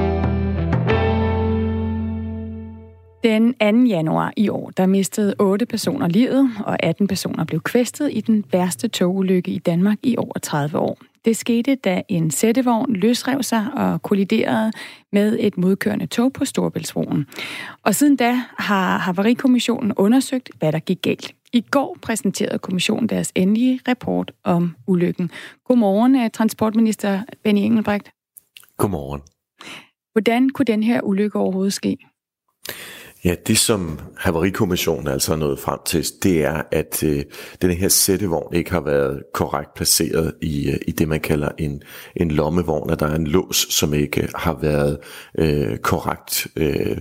Den anden januar i år, der mistede otte personer livet, og atten personer blev kvæstet i den værste togulykke i Danmark i over tredive år. Det skete, da en sættevogn løsrev sig og kolliderede med et modkørende tog på Storebæltsbroen. Og siden da har Havarikommissionen undersøgt, hvad der gik galt. I går præsenterede kommissionen deres endelige rapport om ulykken. Godmorgen, transportminister Benny Engelbrecht. Godmorgen. Hvordan kunne den her ulykke overhovedet ske? Ja, det som Havarikommissionen altså er nået frem til, det er, at øh, den her sættevogn ikke har været korrekt placeret i, øh, i det, man kalder en, en lommevogn, og der er en lås, som ikke har været øh, korrekt øh,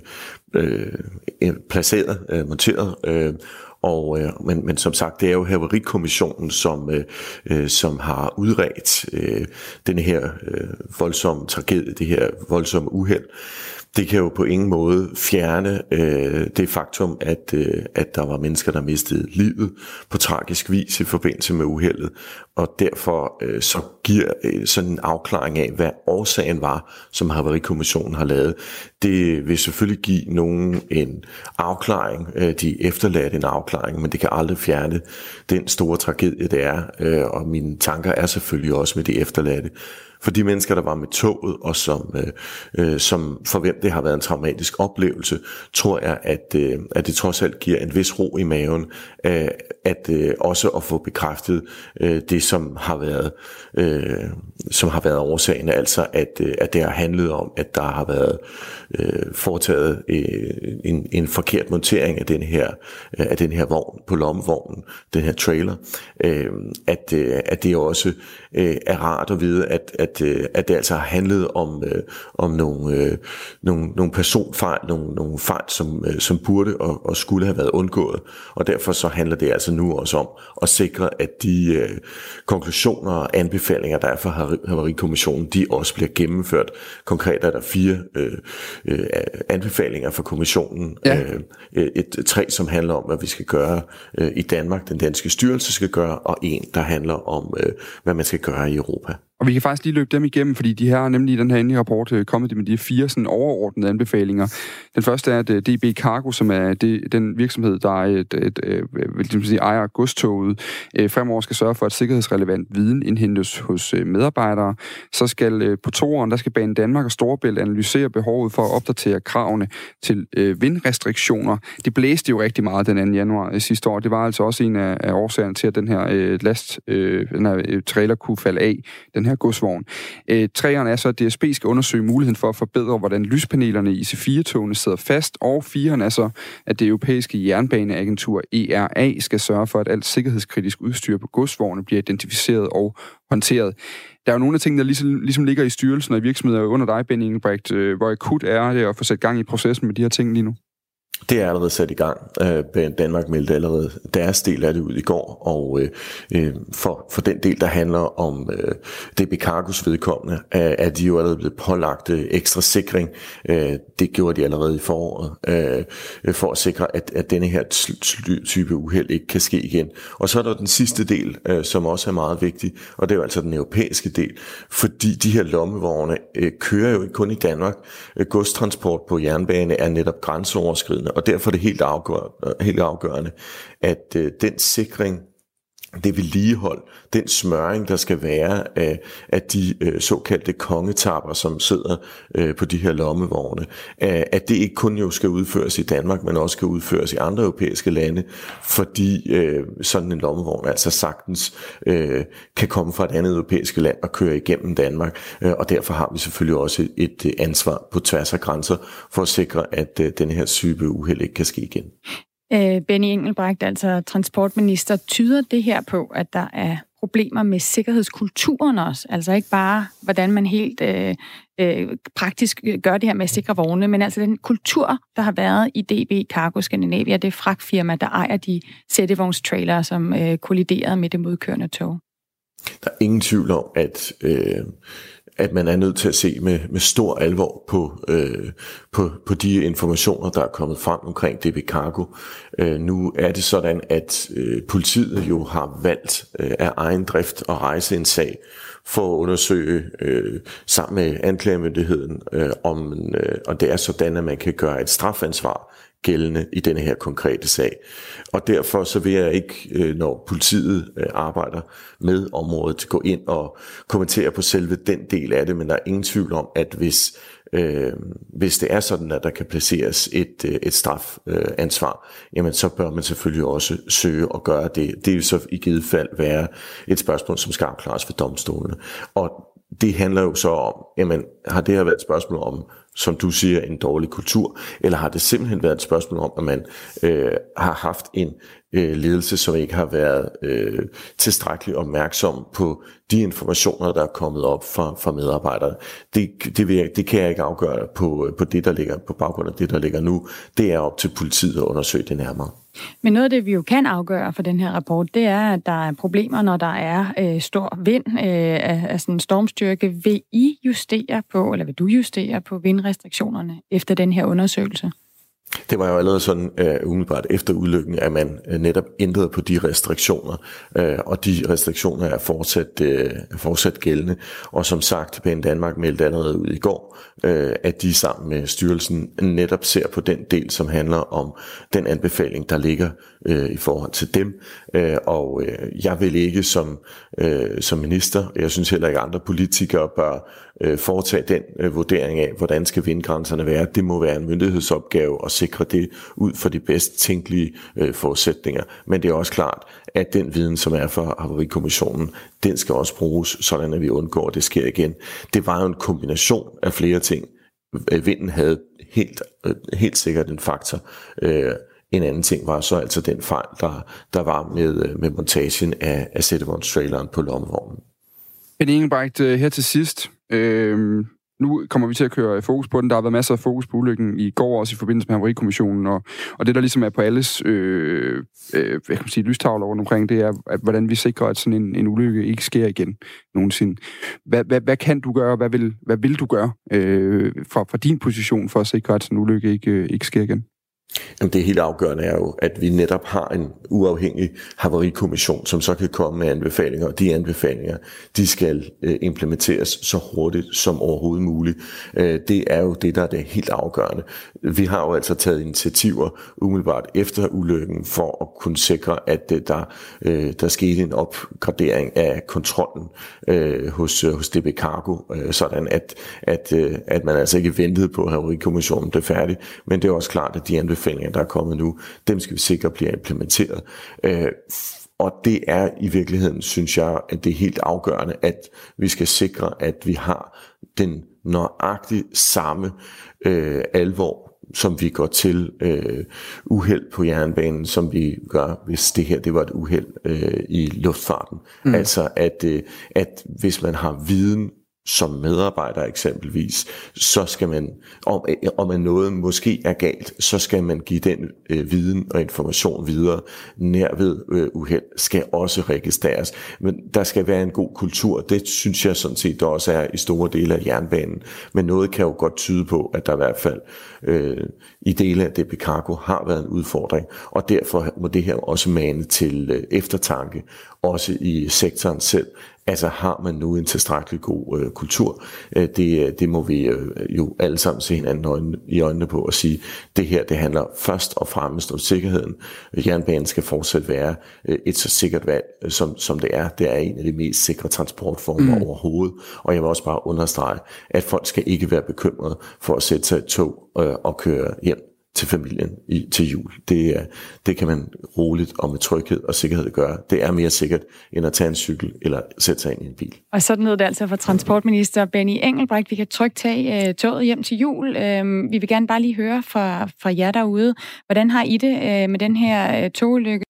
øh, placeret, øh, monteret. Øh, Og, øh, men, men som sagt, det er jo Havarikommissionen, som, øh, øh, som har udredt øh, denne her øh, voldsomme tragedie, det her voldsomme uheld. Det kan jo på ingen måde fjerne øh, det faktum, at, øh, at der var mennesker, der mistede livet på tragisk vis i forbindelse med uheldet. Og derfor øh, så giver øh, sådan en afklaring af, hvad årsagen var, som Havarikommissionen har lavet. Det vil selvfølgelig give nogen en afklaring, øh, de efterladte en afklaring, men det kan aldrig fjerne den store tragedie, det er. Øh, og mine tanker er selvfølgelig også med de efterladte. For de mennesker, der var med toget, og som, øh, som for hvem det har været en traumatisk oplevelse, tror jeg, at, øh, at det trods alt giver en vis ro i maven, øh, at øh, også at få bekræftet øh, det, som har været, øh, som har været årsagen, altså at, øh, at det har handlet om, at der har været øh, foretaget øh, en, en forkert montering af den her, øh, af den her vogn på lommevognen, den her trailer, øh, at, øh, at det også øh, er rart at vide, at, at At, at det altså har handlet om, øh, om nogle, øh, nogle, nogle personfejl, nogle, nogle fejl, som, øh, som burde og, og skulle have været undgået. Og derfor så handler det altså nu også om at sikre, at de øh, konklusioner og anbefalinger, der er fra Havarikommissionen, de også bliver gennemført. Konkret er der fire øh, øh, anbefalinger fra kommissionen. Ja. Øh, et tre, som handler om, hvad vi skal gøre øh, i Danmark, den danske styrelse skal gøre, og en, der handler om, øh, hvad man skal gøre i Europa. Og vi kan faktisk lige løbe dem igennem, fordi de her er nemlig i den her endelige rapport kommet med de fire sådan overordnede anbefalinger. Den første er, at D B Cargo, som er det, den virksomhed, der er et, et, et, vil sige, ejer godstoget, fremover skal sørge for, at sikkerhedsrelevant viden indhentes hos medarbejdere. Så skal på toeren, der skal Banen Danmark og Storebælt analysere behovet for at opdatere kravene til vindrestriktioner. Det blæste jo rigtig meget den anden januar sidste år. Det var altså også en af, af årsagerne til, at den her last, den her trailer kunne falde af. Den her her godsvogn. Øh, træerne er så, at D S B skal undersøge muligheden for at forbedre, hvordan lyspanelerne i I C fire-togene sidder fast, og fireren er så, at det europæiske jernbaneagentur E R A skal sørge for, at alt sikkerhedskritisk udstyr på godsvogne bliver identificeret og håndteret. Der er jo nogle af tingene, der ligesom, ligesom ligger i styrelsen og i virksomheder under dig, Benny Engelbrecht. Hvor akut er det at få sat gang i processen med de her ting lige nu? Det er allerede sat i gang. Danmark meldte allerede deres del af det ud i går, og øh, for, for den del, der handler om øh, D B Cargos vedkommende, er de jo allerede blevet pålagt ekstra sikring. Øh, det gjorde de allerede i foråret, øh, for at sikre, at, at denne her type uheld ikke kan ske igen. Og så er der den sidste del, øh, som også er meget vigtig, og det er jo altså den europæiske del, fordi de her lommevogne øh, kører jo ikke kun i Danmark. Godstransport på jernbane er netop grænseoverskridende, og derfor er det helt afgørende, helt afgørende at øh, den sikring, det vedligehold, den smøring, der skal være af, af de øh, såkaldte kongetapper, som sidder øh, på de her lommevogne, øh, at det ikke kun jo skal udføres i Danmark, men også skal udføres i andre europæiske lande, fordi øh, sådan en lommevogn altså sagtens øh, kan komme fra et andet europæisk land og køre igennem Danmark, øh, og derfor har vi selvfølgelig også et, et ansvar på tværs af grænser for at sikre, at øh, den her type uheld ikke kan ske igen. Benny Engelbrecht, altså transportminister, tyder det her på, at der er problemer med sikkerhedskulturen også? Altså ikke bare, hvordan man helt øh, øh, praktisk gør det her med at sikre vogne, men altså den kultur, der har været i D B Cargo Scandinavia, det fragtfirma, der ejer de sættevognstrailer, som øh, kolliderede med det modkørende tog. Der er ingen tvivl om, at... Øh at man er nødt til at se med, med stor alvor på, øh, på, på de informationer, der er kommet frem omkring D B Cargo. Øh, nu er det sådan, at øh, politiet jo har valgt øh, af egen drift at rejse en sag for at undersøge øh, sammen med anklagemyndigheden, øh, om, øh, og det er sådan, at man kan gøre et strafansvar gældende i denne her konkrete sag. Og derfor så vil jeg ikke, når politiet arbejder med området, gå ind og kommentere på selve den del af det, men der er ingen tvivl om, at hvis, øh, hvis det er sådan, at der kan placeres et, et strafansvar, øh, jamen så bør man selvfølgelig også søge at gøre det. Det vil så i givet fald være et spørgsmål, som skal afklares ved domstolene. Og det handler jo så om, jamen har det her været et spørgsmål om, som du siger, en dårlig kultur, eller har det simpelthen været et spørgsmål om, at man øh, har haft en øh, ledelse, som ikke har været øh, tilstrækkeligt opmærksom på de informationer, der er kommet op fra, fra medarbejdere. Det, det, vil jeg, det kan jeg ikke afgøre på, på det, der ligger, på baggrund af det, der ligger nu. Det er op til politiet at undersøge det nærmere. Men noget af det, vi jo kan afgøre for den her rapport, det er, at der er problemer, når der er øh, stor vind øh, af, af sådan en stormstyrke. Vil I justere på, eller vil du justere på vindrestriktionerne efter den her undersøgelse? Det var jo allerede sådan uh, umiddelbart efter ulykken, at man uh, netop ændrede på de restriktioner, uh, og de restriktioner er fortsat, uh, fortsat gældende. Og som sagt, Banedanmark Danmark meldte allerede ud i går, uh, at de sammen med styrelsen netop ser på den del, som handler om den anbefaling, der ligger uh, i forhold til dem. Uh, og uh, jeg vil ikke som, uh, som minister, jeg synes heller ikke andre politikere bør uh, foretage den uh, vurdering af, hvordan skal vindgrænserne være. Det må være en myndighedsopgave at sikre det ud fra de bedst tænkelige øh, forudsætninger. Men det er også klart, at den viden, som er fra Havarikommissionen, den skal også bruges, sådan at vi undgår, at det sker igen. Det var jo en kombination af flere ting. Vinden havde helt, øh, helt sikkert en faktor. Øh, en anden ting var så altså den fejl, der, der var med, med montagen af, af sættevognstraileren på lommevognen. Benny Engelbrecht, her til sidst. Øh... Nu kommer vi til at køre fokus på den. Der har været masser af fokus på ulykken i går, også i forbindelse med Havarikommissionen, og, og det, der ligesom er på alles øh, øh, hvad kan man sige, lystavler rundt omkring, det er, at, hvordan vi sikrer, at sådan en, en ulykke ikke sker igen nogensinde. Hvad, hvad, hvad kan du gøre, hvad vil, hvad vil du gøre øh, fra, fra din position for at sikre, at sådan en ulykke ikke, ikke sker igen? Jamen det helt afgørende er jo, at vi netop har en uafhængig havarikommission, som så kan komme med anbefalinger, og de anbefalinger, de skal øh, implementeres så hurtigt som overhovedet muligt. Øh, det er jo det, der er det helt afgørende. Vi har jo altså taget initiativer umiddelbart efter ulykken for at kunne sikre, at øh, der, øh, der skete en opgradering af kontrollen øh, hos, øh, hos D B Cargo, øh, sådan at, at, øh, at man altså ikke ventede på, at havarikommissionen blev færdig, men det er også klart, at de anbefalinger, der er kommet nu, dem skal vi sikre bliver implementeret. Øh, Og det er i virkeligheden, synes jeg, at det er helt afgørende, at vi skal sikre, at vi har den nøjagtigt samme øh, alvor, som vi går til øh, uheld på jernbanen, som vi gør, hvis det her det var et uheld øh, i luftfarten. Mm. Altså, at, øh, at hvis man har viden som medarbejder eksempelvis, så skal man, om, om at noget måske er galt, så skal man give den øh, viden og information videre. Nærved øh, uheld skal også registreres. Men der skal være en god kultur. Det synes jeg sådan set også er i store dele af jernbanen. Men noget kan jo godt tyde på, at der i hvert fald øh, i dele af D B Cargo har været en udfordring. Og derfor må det her også mane til øh, eftertanke, også i sektoren selv. Altså har man nu en tilstrækkelig god øh, kultur? Øh, det, det må vi øh, jo alle sammen se hinanden øjne, i øjnene på og sige, det her det handler først og fremmest om sikkerheden. Jernbanen skal fortsat være øh, et så sikkert valg, øh, som, som det er. Det er en af de mest sikre transportformer mm. overhovedet. Og jeg vil også bare understrege, at folk skal ikke være bekymrede for at sætte sig i et tog øh, og køre hjem til familien i, til jul. Det, det kan man roligt og med tryghed og sikkerhed gøre. Det er mere sikkert, end at tage en cykel eller sætte sig ind i en bil. Og sådan lød det altså fra transportminister Benny Engelbrecht. Vi kan trygt tage uh, toget hjem til jul. Uh, vi vil gerne bare lige høre fra, fra jer derude. Hvordan har I det uh, med den her uh, togulykke?